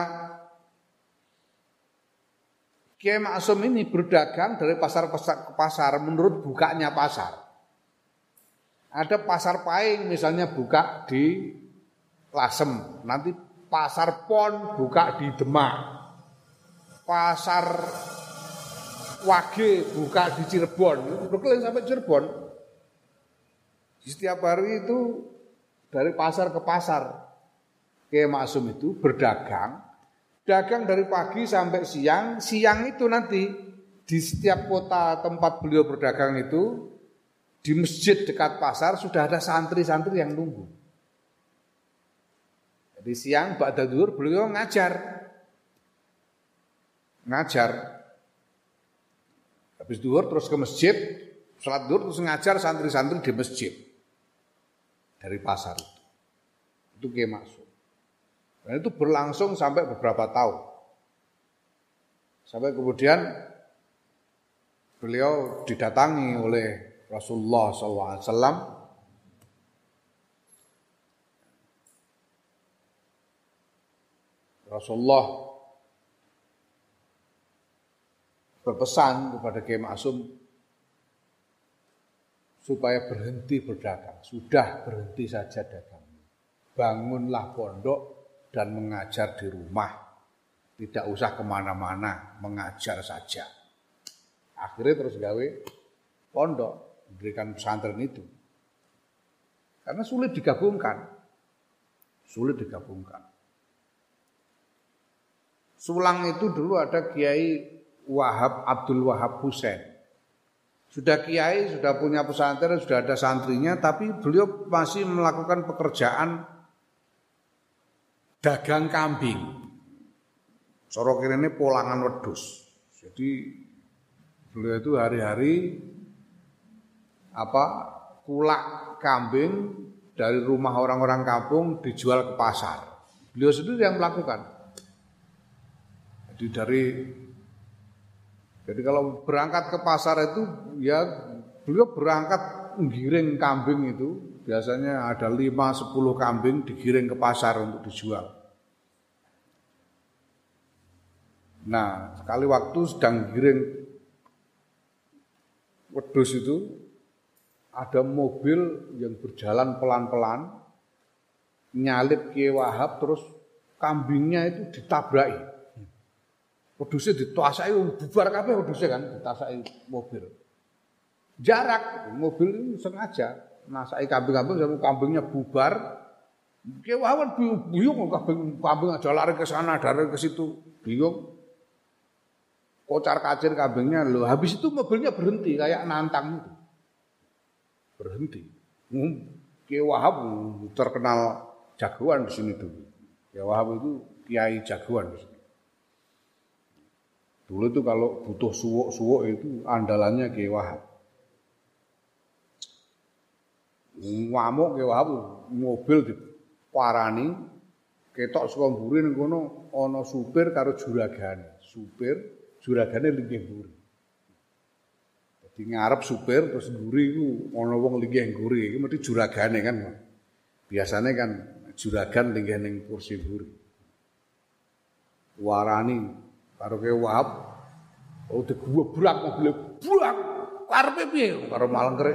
Kiai Maksum ini berdagang dari pasar ke pasar menurut bukanya pasar. Ada pasar Paing misalnya buka di Lasem, nanti pasar Pon buka di Demak. Pasar Wage buka di Cirebon, berkeliling sampai Cirebon. Setiap hari itu dari pasar ke pasar, Kiai Maksum itu berdagang, dagang dari pagi sampai siang. Siang itu nanti di setiap kota tempat beliau berdagang itu, di masjid dekat pasar sudah ada santri-santri yang nunggu. Jadi siang ba'da zuhur beliau ngajar. Habis zuhur terus ke masjid, salat zuhur terus ngajar santri-santri di masjid. Dari pasar itu. Itu Kiai Maksum. Dan itu berlangsung sampai beberapa tahun. Sampai kemudian beliau didatangi oleh Rasulullah SAW. Rasulullah berpesan kepada Kiai Maksum supaya berhenti berdagang. Sudah berhenti saja dagang. Bangunlah pondok dan mengajar di rumah. Tidak usah kemana-mana, mengajar saja. Akhirnya terus gawe pondok, memberikan pesantren itu. Karena sulit digabungkan. Sulang itu dulu ada Kiai Wahab Abdul Wahab Husain. Sudah kiai, sudah punya pesantren, sudah ada santrinya, tapi beliau masih melakukan pekerjaan dagang kambing. Sorok ini polangan wedhus. Jadi beliau itu hari-hari kulak kambing dari rumah orang-orang kampung dijual ke pasar. Beliau sendiri yang melakukan. Jadi kalau berangkat ke pasar itu ya beliau berangkat menggiring kambing itu, biasanya ada 5-10 kambing digiring ke pasar untuk dijual. Nah, sekali waktu sedang giring wedhus itu ada mobil yang berjalan pelan-pelan nyalip Kiai Wahab, terus kambingnya itu ditabraki. Wedhusnya ditasaki bubar kabeh wedhusnya kan, ditasaki mobil. Jarak mobil ini sengaja nasai kambing-kambing sampai kambingnya bubar. Kewawan bingung kambing aja lari ke sana, lari ke situ, bingung. Kocar-kacir kambingnya loh. Habis itu mobilnya berhenti kayak nantang itu. Berhenti. Kiai Wahab terkenal jagoan di sini dulu. Kiai Wahab itu kiai jagoan di sini. Dulu itu kalau butuh suwuk-suwuk itu andalannya Kiai Wahab. Ngamuk Kiai Wahab mobil diparani ketok saka mburi ning kono ana supir karo juragane. Supir juragane linggih mburi. Dadi ngarep supir terus mburi iku ana wong linggih mburi iki mesti juragane kan. Biasane kan juragan linggih ning kursi mburi. Warani karo Kiai Wahab oh digubrak mobil brak karepe piye karo malengkerik.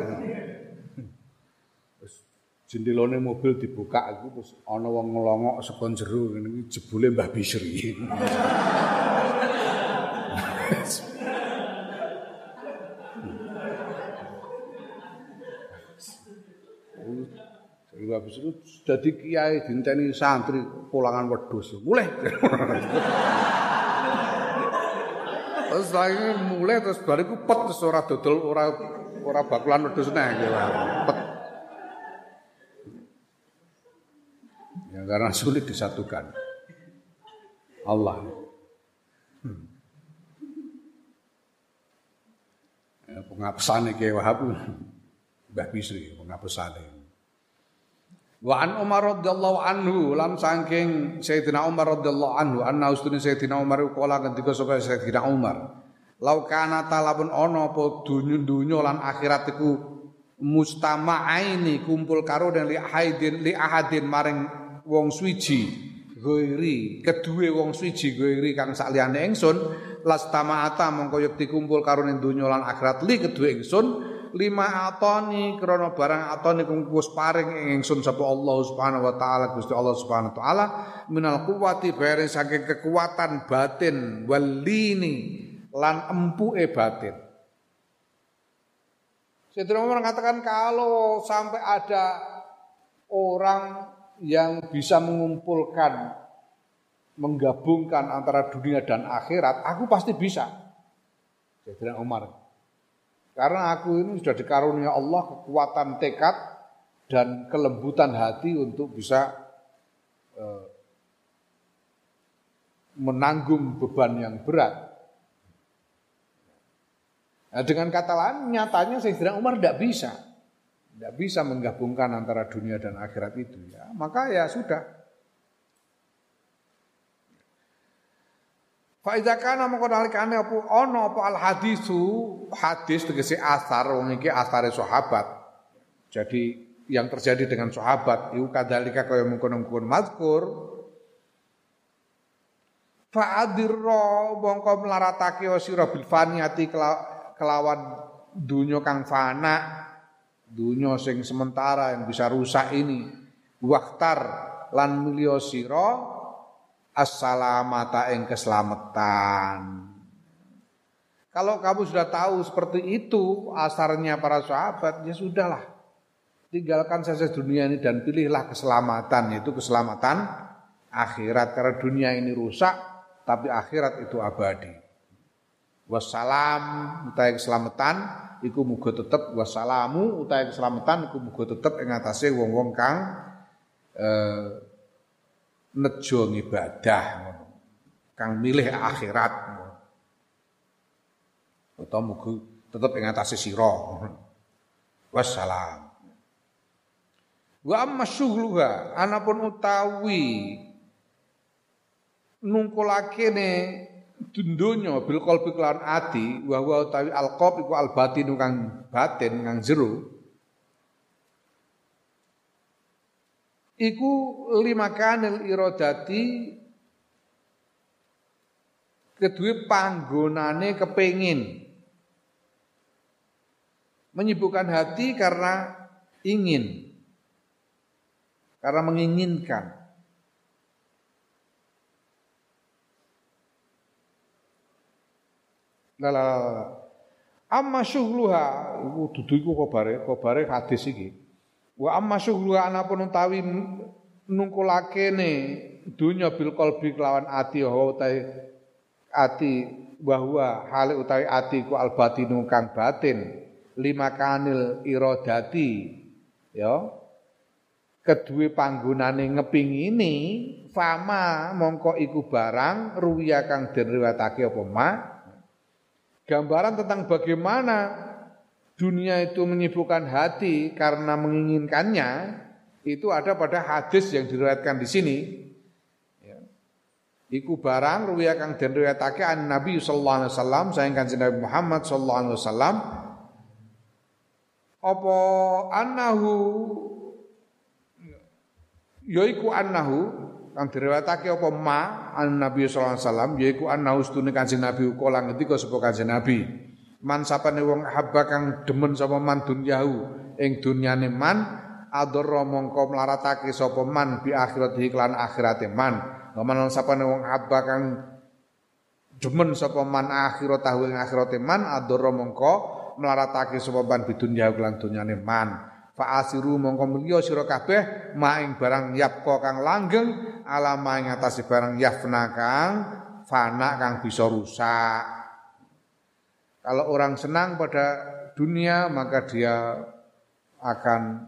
Terus jendelane mobil dibuka iku terus ana wong ngelongok saka jero ngene iki jebule Mbah Bisri. Mbah Bisri dadi kiai dinteni santri pulangan wedhus. Mulih. Terus lagi mulai terus bariku pet terus ora dodol ora bakulan wedhus neh pet. Ya karena sulit disatukan. Allah. Ya, pengapesane Kiai Wahab Mbah Bisri pengapesane. Wa an Umar radhiyallahu anhu lan saking Sayyidina Umar radhiyallahu anhu anna ustune Sayyidina Umar kala ketika sapa Sayyidina Umar lau kana talabun ana apa dunya lan akhirat iku mustama'aini kumpul karo dan li ahadin maring wong swiji ghairi kedue wong swiji ghairi kang sakliyane ingsun lastama'ata mongko yekti kumpul karo ning dunya lan akhirat li kedue ingsun lima atoni krana barang atoni kang wis paring ingsun sapa Allah Subhanahu wa taala Gusti Allah Subhanahu wa taala minal quwwati bare saking kekuatan batin walini lan empuke batin. Sayyidina Umar mengatakan kalau sampai ada orang yang bisa menggabungkan antara dunia dan akhirat, aku pasti bisa. Sayyidina Umar. Karena aku ini sudah dikarunia Allah kekuatan tekad dan kelembutan hati untuk bisa menanggung beban yang berat. Nah, dengan kata lain, nyatanya Sayyidina Umar tidak bisa menggabungkan antara dunia dan akhirat itu. Ya, maka ya sudah. Fa iza kana mongko nalikane apa ana apa al hadis tegese asar wong iki asare sahabat. Jadi yang terjadi dengan sahabat iku kadalika kaya mungkon-mungkon mazkur fa adirra mongko mlaratake sira bil faniyati kelawan dunya kang fana, dunya sing sementara yang bisa rusak ini. Waktar lan milya sira as-salamata ing keselamatan. Kalau kamu sudah tahu seperti itu asarnya para sahabat, ya sudahlah. Tinggalkan saja dunia ini dan pilihlah keselamatan, yaitu keselamatan akhirat. Karena dunia ini rusak, tapi akhirat itu abadi. Wassalam utahe keselamatan iku muga tetep wassalamu utahe keselamatan iku muga tetep ing atase wong-wong kang nejo ngibadah ngono. Kang milih akhirat. Utawa muga tetep ing atase sira. Wassalam. Wa amma syughluha anapun utawi nungkulakene dundonya bil qalbi lan ati wa utawi alqab iku albatin kang batin kang jero iku limakanil iradati kedue panggonane kepengin menyibukkan hati karena ingin karena menginginkan lala amma syughluha iku dudu iku kobare hadis iki Wa amma syughlu anapun utawi nungkulakene dunya bil qalbi kelawan ati wa utawi ati bahwa hale utawi ati ku albatinu kang batin lima kanil iradati ya kedue panggonane ngepingini fama mongko iku barang ruwiya kang den riwayatake apa ma gambaran tentang bagaimana dunia itu menyibukkan hati karena menginginkannya itu ada pada hadis yang diriwayatkan di sini. Ya. Iku barang ruwiya kang den riwayatake an Nabi sallallahu alaihi wasallam saking Kanjeng Nabi Muhammad sallallahu alaihi wasallam apa annahu yaiku annahu kang diriwayatake apa ma an Nabi sallallahu alaihi wasallam yaiku annahu stune Kanjeng Nabi kala ngendika sapa Kanjeng Nabi man sapane wong habba kang demen sapa man dunyahu ing dunyane man adara mongko mlaratake sapa man bi akhirati lan akhirate man man sapane wong habba kang demen sapa man akhiratahu ing akhirate man adara mongko mlaratake sapa man bi dunyahu lan dunyane man fa asiru mongko mulya sira kabeh maing barang yapka kang langgeng alama ing atase barang yafna kang fana kang bisa rusak. Kalau orang senang pada dunia maka dia akan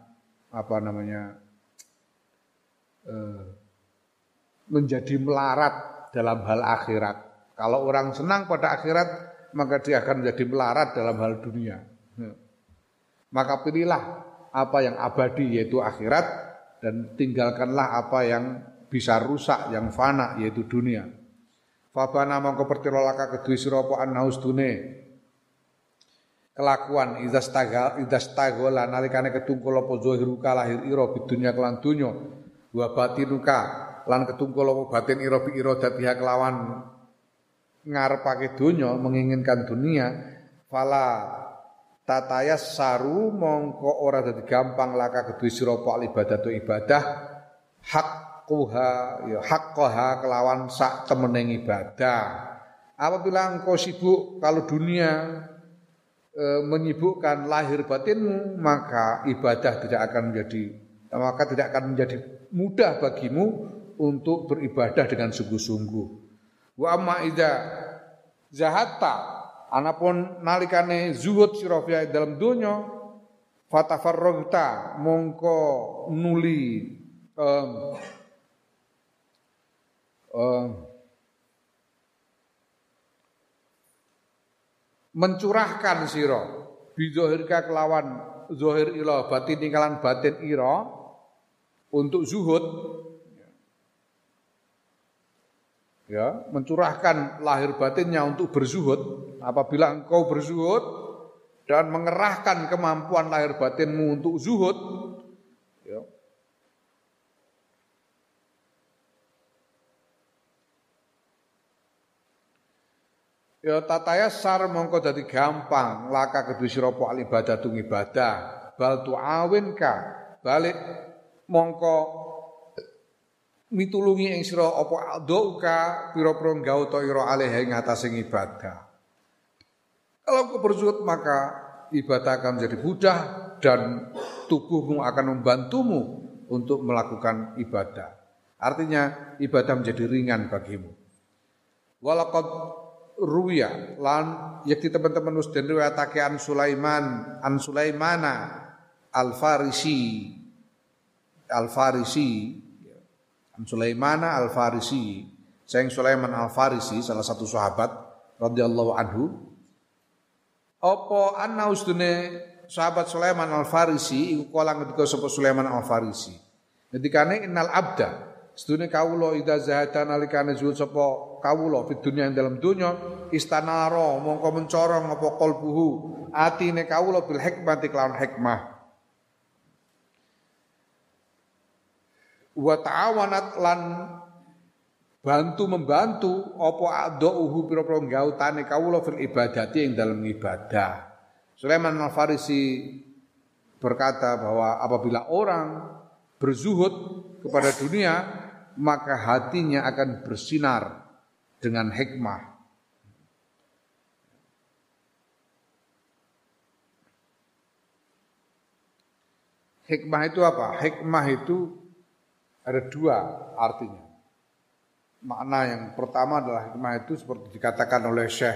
menjadi melarat dalam hal akhirat. Kalau orang senang pada akhirat maka dia akan menjadi melarat dalam hal dunia. Maka pilihlah apa yang abadi yaitu akhirat dan tinggalkanlah apa yang bisa rusak yang fana yaitu dunia. Fabana mongko pertira laka kedue sira apa anaustune kelakuan idastaghala nalikane ketungkul apa zahiruka lahir ira bidunya kelan dunya wa batinuka lan ketungkul apa batin ira bi iradatiha kelawan ngarepake dunya menginginkan dunia fala tatayas saru mongko ora dadi gampang laka kedue sira apa ibadatu ibadah haqquha ya haqqaha kelawan sak temeneng ibadah apabila engkau sibuk kalau dunia menyibukkan lahir batinmu maka ibadah tidak akan menjadi mudah bagimu untuk beribadah dengan sungguh-sungguh. Wa amma idza zahatta anapun nalikane zuhud sira dalam donya fatafarragta mongko nuli mencurahkan sira bidzahirka kelawan zahir ila batin kalan batin ira untuk zuhud ya mencurahkan lahir batinnya untuk berzuhud apabila engkau berzuhud dan mengerahkan kemampuan lahir batinmu untuk zuhud ya ya tatayasar mongko dadi gampang laka kedue sira apa ibadatu ibadah bal tuawinka balik mongko mitulungi ing sira apa doka pira-pira gauta ira alih ing atase ibadah kalau engkau berzuhud maka ibadah akan menjadi mudah dan tubuhmu akan membantumu untuk melakukan ibadah artinya ibadah menjadi ringan bagimu walaqad ruya lan yakti teman-teman wis den riwayatake an Sulaimana al-Farisi an Sulaimana al-Farisi sayang Sulaiman al-Farisi salah satu sahabat radhiyallahu anhu apa anna ustune sahabat Sulaiman al-Farisi iku kala ngendika sapa Sulaiman al-Farisi ngendikane innal abda sedune kawula idza zahada nalikane zuhud sapa kawula fid dunya ing dalam dunya istanara mongko mencorong apa qalbuhu atine kawula bil hikmati kelawan hikmah wa ta'awanat lan membantu apa adauhu pira-pira gautane kawula fil ibadati ing dalam ibadah Sulaiman al-Farisi berkata bahwa apabila orang berzuhud kepada dunia maka hatinya akan bersinar dengan hikmah. Hikmah itu apa? Hikmah itu ada dua artinya. Makna yang pertama adalah hikmah itu seperti dikatakan oleh Syekh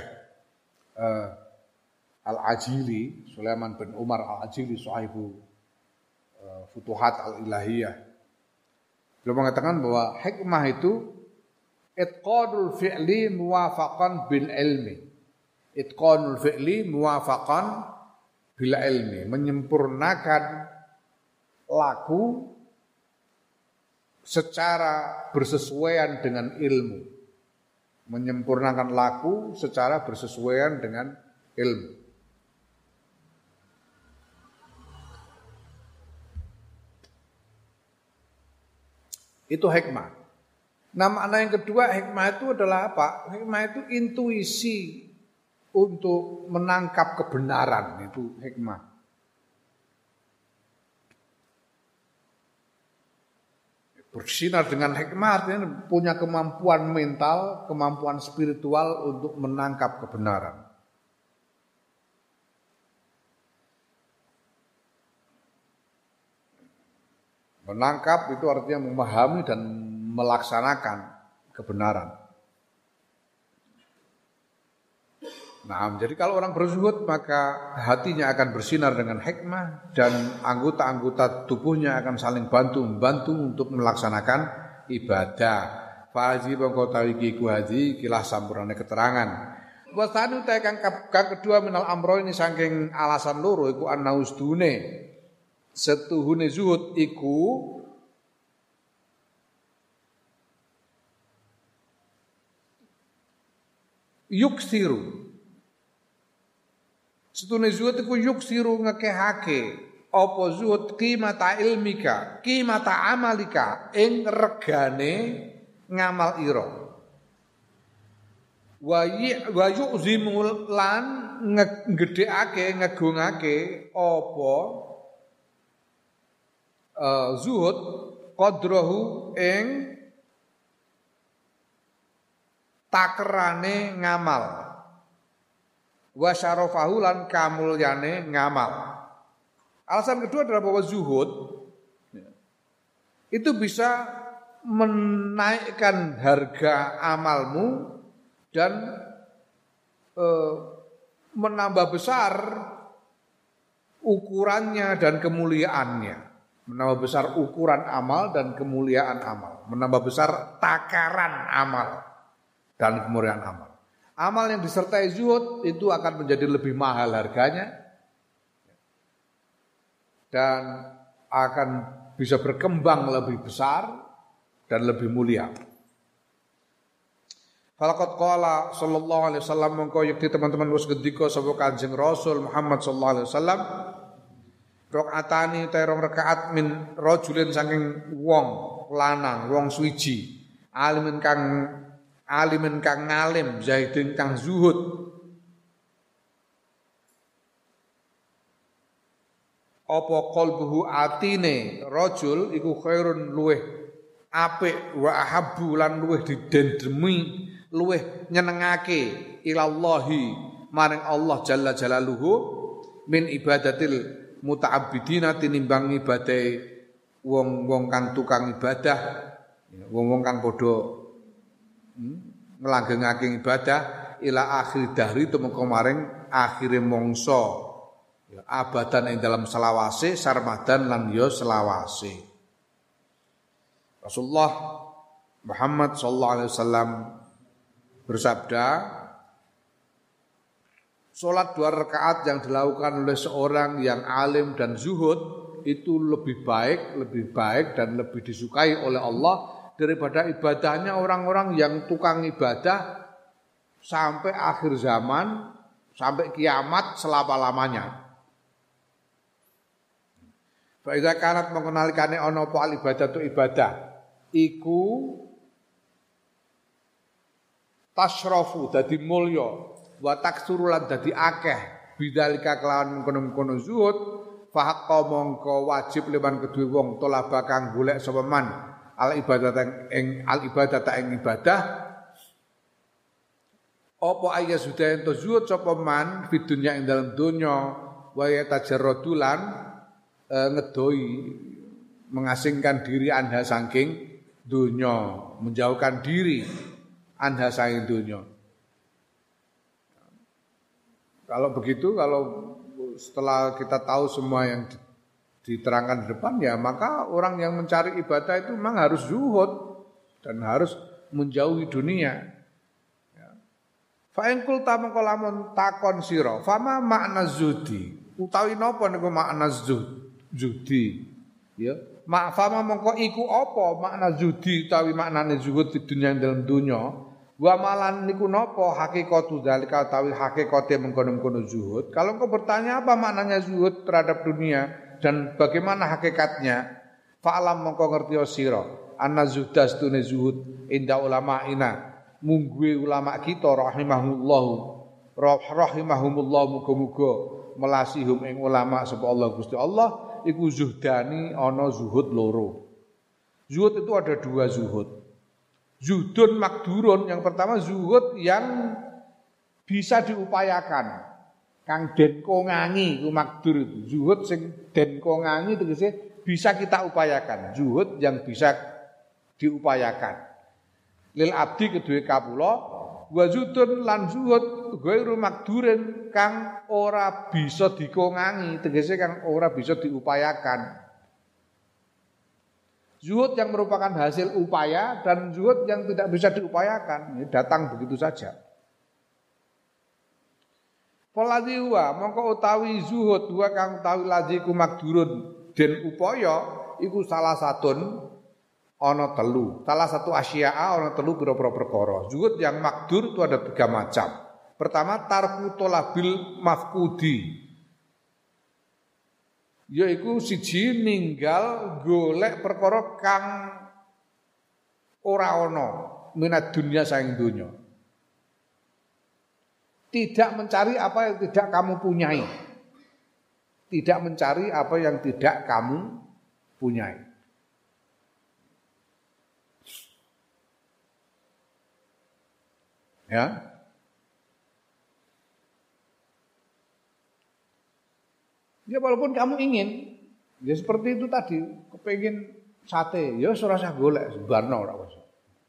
Al-Ajili, Sulaiman bin Umar Al-Ajili, sahibu Futuhat Al-Ilahiyah. Beliau mengatakan bahwa hikmah itu itqanul fi'li muwafaqan bil ilmi. Itqanul fi'li muwafaqan bil ilmi, menyempurnakan laku secara bersesuaian dengan ilmu. Menyempurnakan laku secara bersesuaian dengan ilmu. Itu hikmah. Nah, makna yang kedua hikmah itu adalah apa? Hikmah itu intuisi untuk menangkap kebenaran, itu hikmah. Bersinar dengan hikmah artinya punya kemampuan mental, kemampuan spiritual untuk menangkap kebenaran. Menangkap itu artinya memahami dan melaksanakan kebenaran. Nah, jadi kalau orang berzuhud maka hatinya akan bersinar dengan hikmah dan anggota-anggota tubuhnya akan saling bantu-membantu untuk melaksanakan ibadah. Fahaji bangkota iki ku haji kilah sampurane keterangan. Wasanu ta kang kedua minal amro ini saking alasan loro iku anausdune. Setuhune zuhud iku yuksiru. Setuhune zuhud iku yuksiru ngekehake apa zuhud qimata ilmika, qimata amalika ing regane ngamal ira. Wa yu'zimul lan ngedhekake ngegungake apa zuhud qadrahu ing takerane ngamal wa syarafahu lan kamulyane ngamal. Alasan kedua adalah bahwa zuhud itu bisa menaikkan harga amalmu dan menambah besar ukurannya dan kemuliaannya. Menambah besar ukuran amal dan kemuliaan amal. Menambah besar takaran amal dan kemuliaan amal. Amal yang disertai zuhud itu akan menjadi lebih mahal harganya dan akan bisa berkembang lebih besar dan lebih mulia. Falaqad qala sallallahu alaihi wasallam mongko yekti teman-teman wis ngendika sapa Kanjeng Rasul Muhammad sallallahu alaihi wasallam rakaatani terong rakaat min rajulin saking wong lanang wong suwiji alimin kang ngalim zaidin kang zuhud apa qalbuhu atine rajul iku khairun luweh apik wa ahabbu lan luweh didendemi luweh nyenengake ilallahi maring Allah jalla jalaluhu min ibadatil muta'abbidina tinimbang ibadah wong-wong kang tukang ibadah, wong-wong kang padha nglanggengake ibadah ila akhir dahri tumeka maring akhire mangsa. Ya, abadan ing dalam selawase sarmadan lan ya selawase. Rasulullah Muhammad sallallahu alaihi wasallam bersabda, sholat 2 rakaat yang dilakukan oleh seorang yang alim dan zuhud itu lebih baik dan lebih disukai oleh Allah daripada ibadahnya orang-orang yang tukang ibadah sampai akhir zaman, sampai kiamat selama-lamanya. Fa idza kanat mengenalikane ana apa al ibadatu ibadah iku tasrafu dadi mulya wa taksuru lan dadi akeh bidzalika kelawan mengkono-mengkono zuhud fa haqqa mongko wajib liman kedue wong tolaba kang golek sapa man al ibadah ing ibadah apa ayya sudah ento zuhud sapa man fi dunya ing dalam donya wa yatajarradulan ngedoi mengasingkan diri Anda saking dunya, menjauhkan diri Anda saking dunya. Kalau begitu, kalau setelah kita tahu semua yang diterangkan di depan ya, maka orang yang mencari ibadah itu memang harus zuhud dan harus menjauhi dunia. Fa in qulta mangko lamun takon sira, fama makna zuhdi? Utawi napa niku makna zuhdi? Ya, fama mangko iku apa makna zuhdi utawi maknane zuhud di dunia dalam dunya? Wa malan niku napa hakikatu zalika utawi hakikate mengkono-mengkono zuhud? Kalau engkau bertanya apa maknanya zuhud terhadap dunia dan bagaimana hakikatnya? Fa'lam mangko ngerti sira, anna zuhdas tune zuhud inda ulama ina. Mungguwe ulama kita rahimahumullah muga-muga melasihum ing ulama sapa Allah Gusti Allah iku zuhdani ana zuhud loro. Zuhud itu ada dua zuhud. Zuhdun makdurun, yang pertama zuhud yang bisa diupayakan. Kang den kongangi iku makdur itu. Zuhud sing den kongangi tegese bisa kita upayakan. Zuhud yang bisa diupayakan. Lil abdi kedue kawula wa zuhdun lan zuhud ghairu makdurin kang ora bisa dikongangi, tegese kang ora bisa diupayakan. Zuhud yang merupakan hasil upaya dan zuhud yang tidak bisa diupayakan, ini datang begitu saja. Faladhi wa mongko utawi zuhud wa kang utawi ladzi ku makdurun den upaya iku salah satun ana telu. Salah satu asya'a ana telu pira-pira perkara. Zuhud yang makdur itu ada 3 macam. Pertama tarku tolabil mafkudi. Yaiku siji ninggal golek perkara kang ora ana minat dunia saing dunya. Tidak mencari apa yang tidak kamu punyai. Tidak mencari apa yang tidak kamu punyai. Ya. Ya walaupun kamu ingin, ya seperti itu tadi, kepengin sate, ya ora usah golek, sebarno ora usah.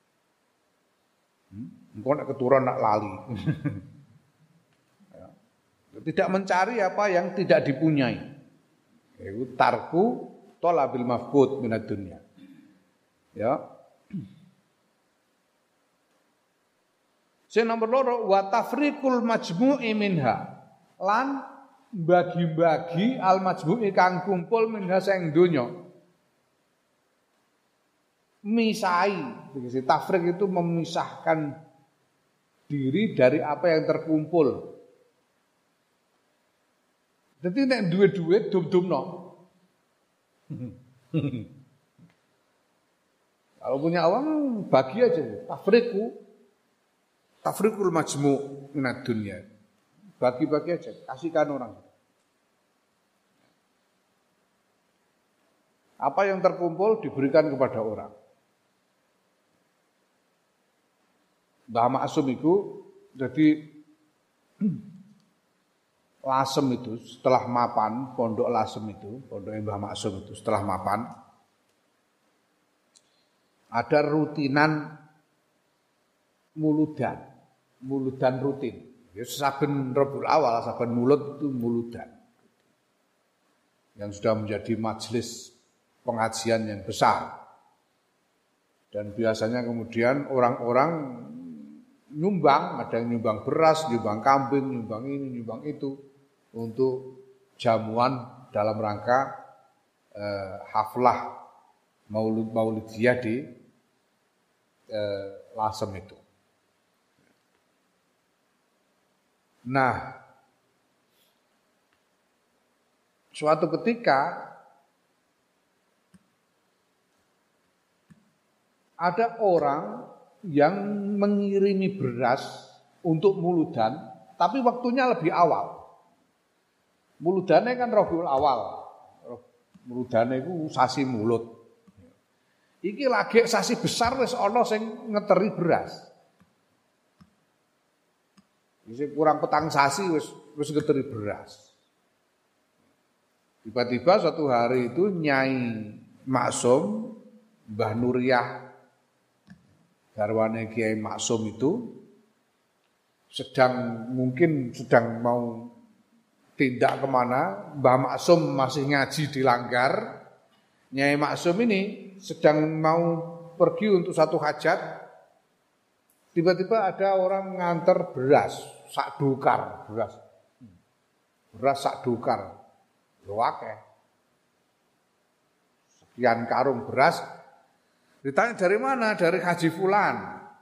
Engko nek keturun nak lali. Ya. Tidak mencari apa yang tidak dipunyai. Itu tarku talabil mafqud minad dunya. Ya. Sing nomor loro wa tafriqul majmu'i minha lan bagi-bagi al majmu'i kang kumpul minha sing donya. Misai, begitu tafriq itu memisahkan diri dari apa yang terkumpul. Dadi nek duwe-duwe dum-dumno. Kalau punya uang bagi aja, tafriqul majmu' minad dunya. Bagi-bagi aja, kasihkan orang. Apa yang terkumpul diberikan kepada orang. Mbah Maksum itu jadi Lasem itu setelah mapan, pondok Lasem itu, pondok Mbah Maksum itu setelah mapan ada rutinan muludan rutin. Ya saben Rabiul Awal, saben mulud itu muludan. Yang sudah menjadi majelis pengajian yang besar. Dan biasanya kemudian orang-orang nyumbang, ada yang nyumbang beras, nyumbang kambing, nyumbang ini, nyumbang itu untuk jamuan dalam rangka haflah Maulidiyah di Lasem itu. Nah, suatu ketika ada orang yang mengirimi beras untuk muludan, tapi waktunya lebih awal. Muludannya kan Rabiul Awal. Muludannya itu sasi mulut. Iki lagi sasi besar wis ana sing ngeteri beras. Iki kurang petang sasi wis ngeteri beras. Tiba-tiba suatu hari itu Nyai Maksum, Mbah Nuriyah, garwane Kiai Maksum itu mungkin sedang mau tindak kemana, Mbah Maksum masih ngaji di Langgar, Nyai Maksum ini sedang mau pergi untuk satu hajat, tiba-tiba ada orang nganter beras, sak dukar beras sak dukar, akeh. Sekian karung beras, ditanya dari mana? Dari Haji Fulan.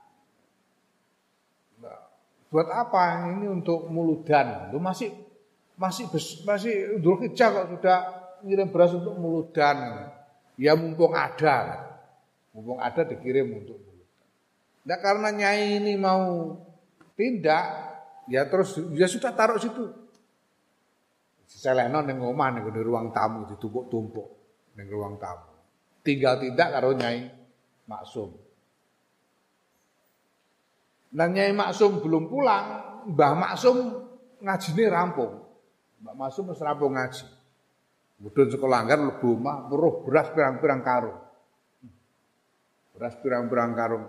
Buat apa? Ini untuk muludan. Lu masih Dzulhijjah kok sudah ngirim beras untuk muludan. Ya mumpung ada dikirim untuk muludan. Nah karena Nyai ini mau tindak, ya terus ya sudah taruh situ. Selehno ning omah ning ruang tamu ditumpuk-tumpuk ning ruang tamu. Tinggal tindak karo Nyai Maksum. Nah Nyai Maksum belum pulang, Mbah Maksum ngajine rampung. Mbah Maksum wis rampung ngaji. Mudhun sekolah Langgar mlebu omah, weruh beras pirang-pirang karung. Beras pirang-pirang karung.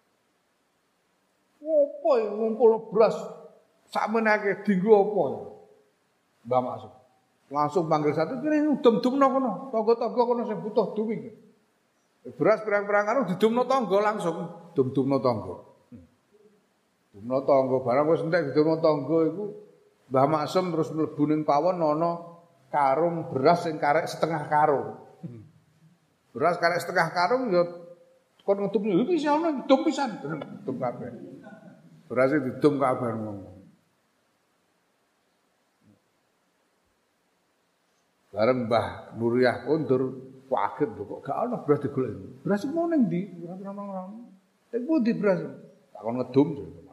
Opo ya ngumpul beras sakmenake dienggo apa ya? Mbah Maksum. Langsung panggil satu, kene udum-dumno kono, tangga-tangga kono sing butuh duwing. Beras pirang-pirang karung didumno tangga langsung, dum-dumno tangga. Dumno tangga barang wis entek didumno tangga iku Mbah Maksum terus mlebu ning pawon ana karung beras sing karek setengah karung. Beras karek setengah karung ya kon ngedum iki sing ana didum pisan, didum kabeh. Beras didum kabeh ngono. Bareng Mbah Nuriyah kondur kaget kok gak ana beras digoleki. Beras mau ning ndi? Ora. Tek pundi beras? Tak kon ngedum.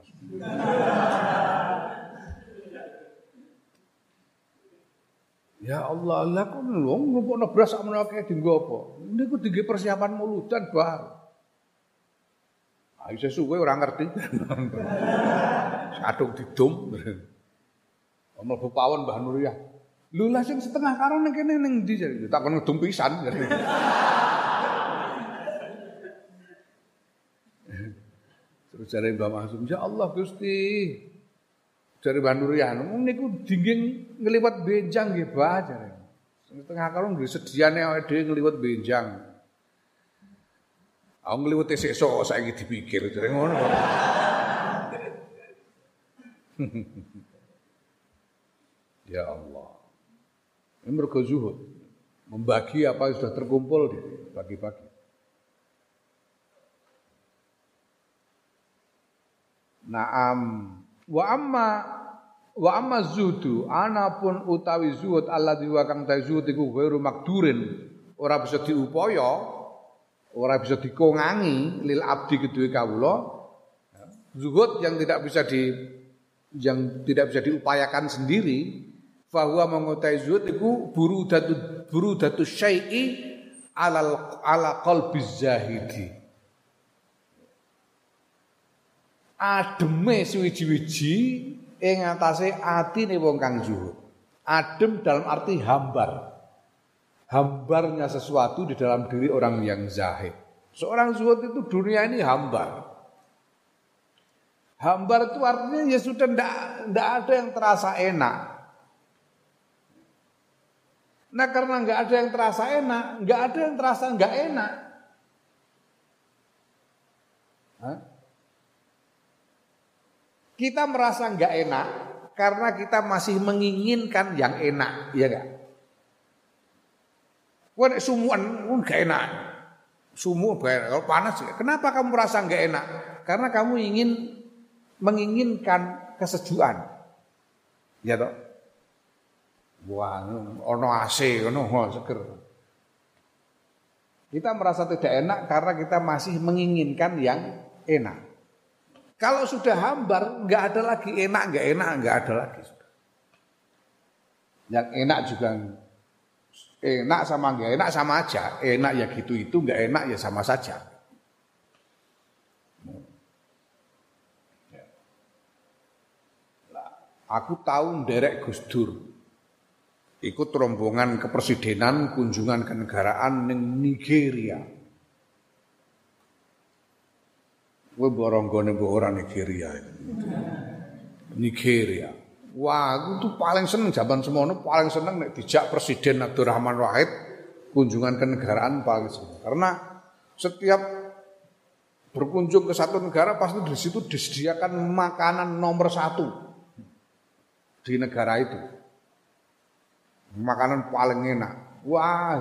Ya Allah, lah kok ngumpulno beras sak menawa kae dienggo apa? Niku dienggo persiapan muludan, Bah. Ayo sesuwe ora ngerti. Kadung didum. Mlebu pawon Mbah Nuriyah. Lho lah sing setengah karung ning kene ning ndi jare? Tak kon ngedum pisan. Terus jare Mbah Maksum, "Ya Allah Gusti." Jare Mbah Nuriyah, "Niku dingging ngliwat benjang nggih, Bah," jare. Sing setengah karung nggih sediane awake dhewe ngliwat benjang. Aku ngliwat sesuk saiki dipikir jare ngono kok. Ya Allah. Ini mergo zuhud. Membagi apa yang sudah terkumpul dibagi-bagi. Naam wa amma zuhdu anapun utawi zuhud alladzi wa kang ta zuhud iku ghairu makdurin, ora bisa diupaya, ora bisa dikongangi lil abdi kedue kawula. Zuhud yang tidak bisa diupayakan sendiri. Fahuwa mengutai zuhud iku burudatu syai'i ala qalbi zahidi. Ademe suwiji-wiji ing atase atine wong kang zuhud. Adem dalam arti hambar. Hambarnya sesuatu di dalam diri orang yang zahid. Seorang zuhud itu dunia ini hambar. Hambar itu artinya ya sudah ndak ada yang terasa enak. Nah karena nggak ada yang terasa enak, nggak ada yang terasa nggak enak. Kita merasa nggak enak karena kita masih menginginkan yang enak, ya nggak? Wah sumuan nggak enak, sumu kalau panas. Kenapa kamu merasa nggak enak? Karena kamu menginginkan kesejukan, ya toh. Wah, ono AC, ono seger. Kita merasa tidak enak karena kita masih menginginkan yang enak. Kalau sudah hambar, nggak ada lagi enak, nggak ada lagi. Yang enak juga enak sama nggak enak sama aja. Enak ya gitu itu, nggak enak ya sama saja. Aku tahu nderek Gus Dur. ikut rombongan kepresidenan kunjungan kenegaraan ning Nigeria. Kowe boronggone mbok ora Nigeria. Nigeria. Wah, aku tuh paling seneng zaman semono paling seneng nek dijak Presiden Abdurrahman Wahid kunjungan kenegaraan paling seneng. Karena setiap berkunjung ke satu negara pasti di situ disediakan makanan nomor 1 di negara itu. Makanan paling enak. Wah,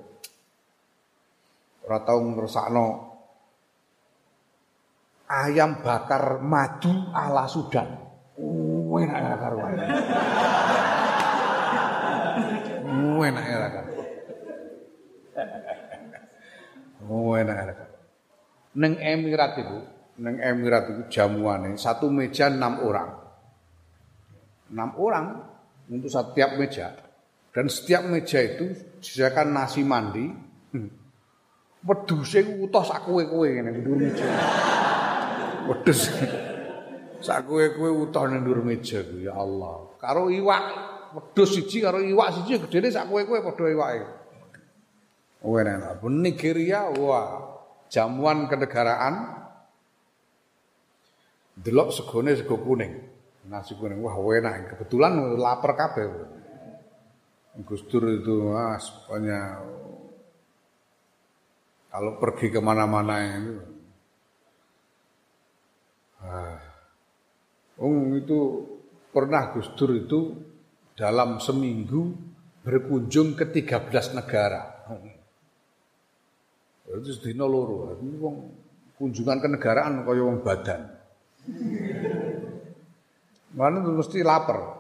ora tau ngrasakno ayam bakar madu ala Sudan. Enak karuan. Enak karuan. Enak. Neng Emirat itu jamuane satu meja 6 orang. 6 orang untuk setiap meja. Dan setiap meja itu disediakan nasi mandi. Wedhuse utuh sak kowe-kowe ngene ndur meja. Wedhus sak kowe-kowe utuh nang ndur meja ku ya Allah. Karo iwak wedhus siji karo iwak siji gedene sak kowe-kowe padha iwake. Enak. Nigeria wah, jamuan kenegaraan delok segone sego kuning. Nasi kuning wah enak. Kebetulan lapar kabeh. Gus Dur itu pokoknya kalau pergi kemana-mana itu itu pernah Gus Dur itu dalam seminggu berkunjung ke 13 negara. Itu sedina loro. Wong kunjungan kenegaraan kaya wong badan. Mana mesti lapar.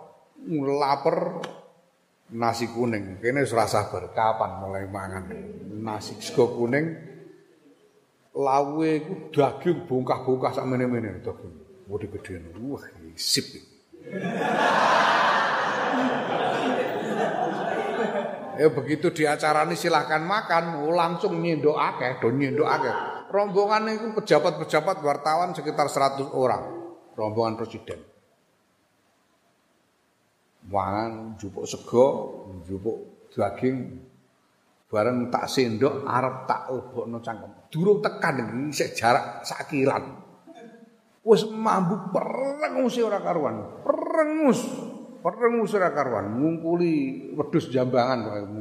Nasi kuning, kene wis ora sabar kapan mulai mangan. Nasi sego kuning lawe iku daging bongkah-bongkah sak mene-mene daging. Wodi gedene. Wah, sip. Ya begitu diacarani silahkan makan, langsung nyendok akeh. Rombongan itu pejabat-pejabat wartawan sekitar 100 orang. Rombongan presiden. Mangan njupuk sego, njupuk daging bareng tak sendok arep tak lebokno cangkem. Durung tekan iki isih jarak sak kilan. Wis mambu perengus ora karuan. Perengus ora karuan, ngungkuli wedhus jambangan kok.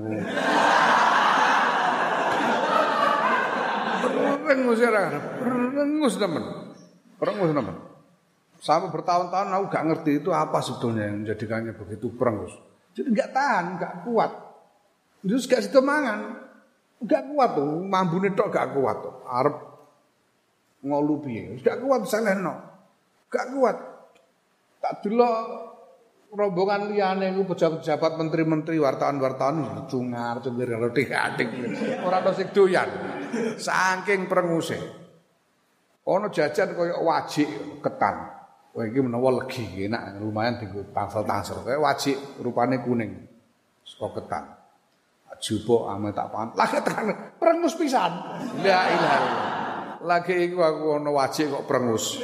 Perengus temen. Sampai bertahun-tahun aku gak ngerti itu apa sebetulnya yang menjadikannya begitu perengus. Jadi gak tahan, gak kuat. Terus gak situ mangan. Gak kuat tuh, mambune tok gak kuat tuh. Arep ngolu piye. Gak kuat selehno. Gak kuat. Tak delok rombongan liyane iku pejabat-pejabat menteri-menteri wartawan-wartawan cungar cendir karo tik-tik. Ora ono sing doyan. Saking perenguse. Ono jajan kaya wajik ketan. Wah iki menawa legi enak lumayan dienggo tangsel-tangsel. Kayak wajik rupane kuning. Saka ketan. Jupuk ame tak pangan. Lagi tekan perengus pisan. La ilaha illallah. Lagi iku aku ono wajik kok perengus.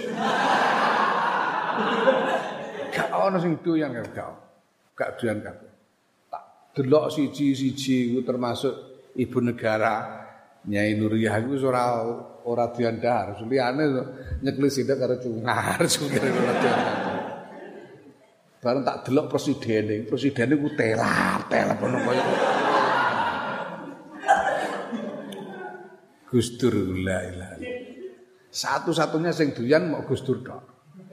Gak ono sing doyan gak doyan kabeh. Tak delok siji-siji iku termasuk ibu negara Nyai Nuriyah iku ora doyan dahar. Liyane nyekli sithik karo cungar ora doyan. Bareng tak delok presiden ku telap ono kaya Gus Dur la ilaha. Satu-satunya sing doyan mok Gus Dur tok.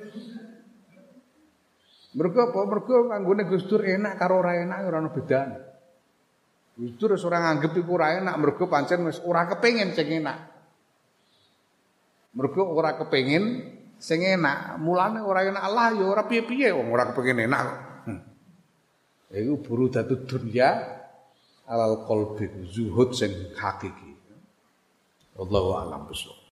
Mergo apa? Mergo kanggone Gus Dur enak karo ora enak ora ono bedane. Gus Dur wis ora nganggep iku ora enak mergo pancen wis ora kepengin sing enak. Mergo ora kepengin sing enak, mulane ora enak Allah ya ora piye-piye wong ora kepengin enak kok. Iku burudatud dunya alal qalbi zuhud sing hakiki. Wallahu a'lam bishawab.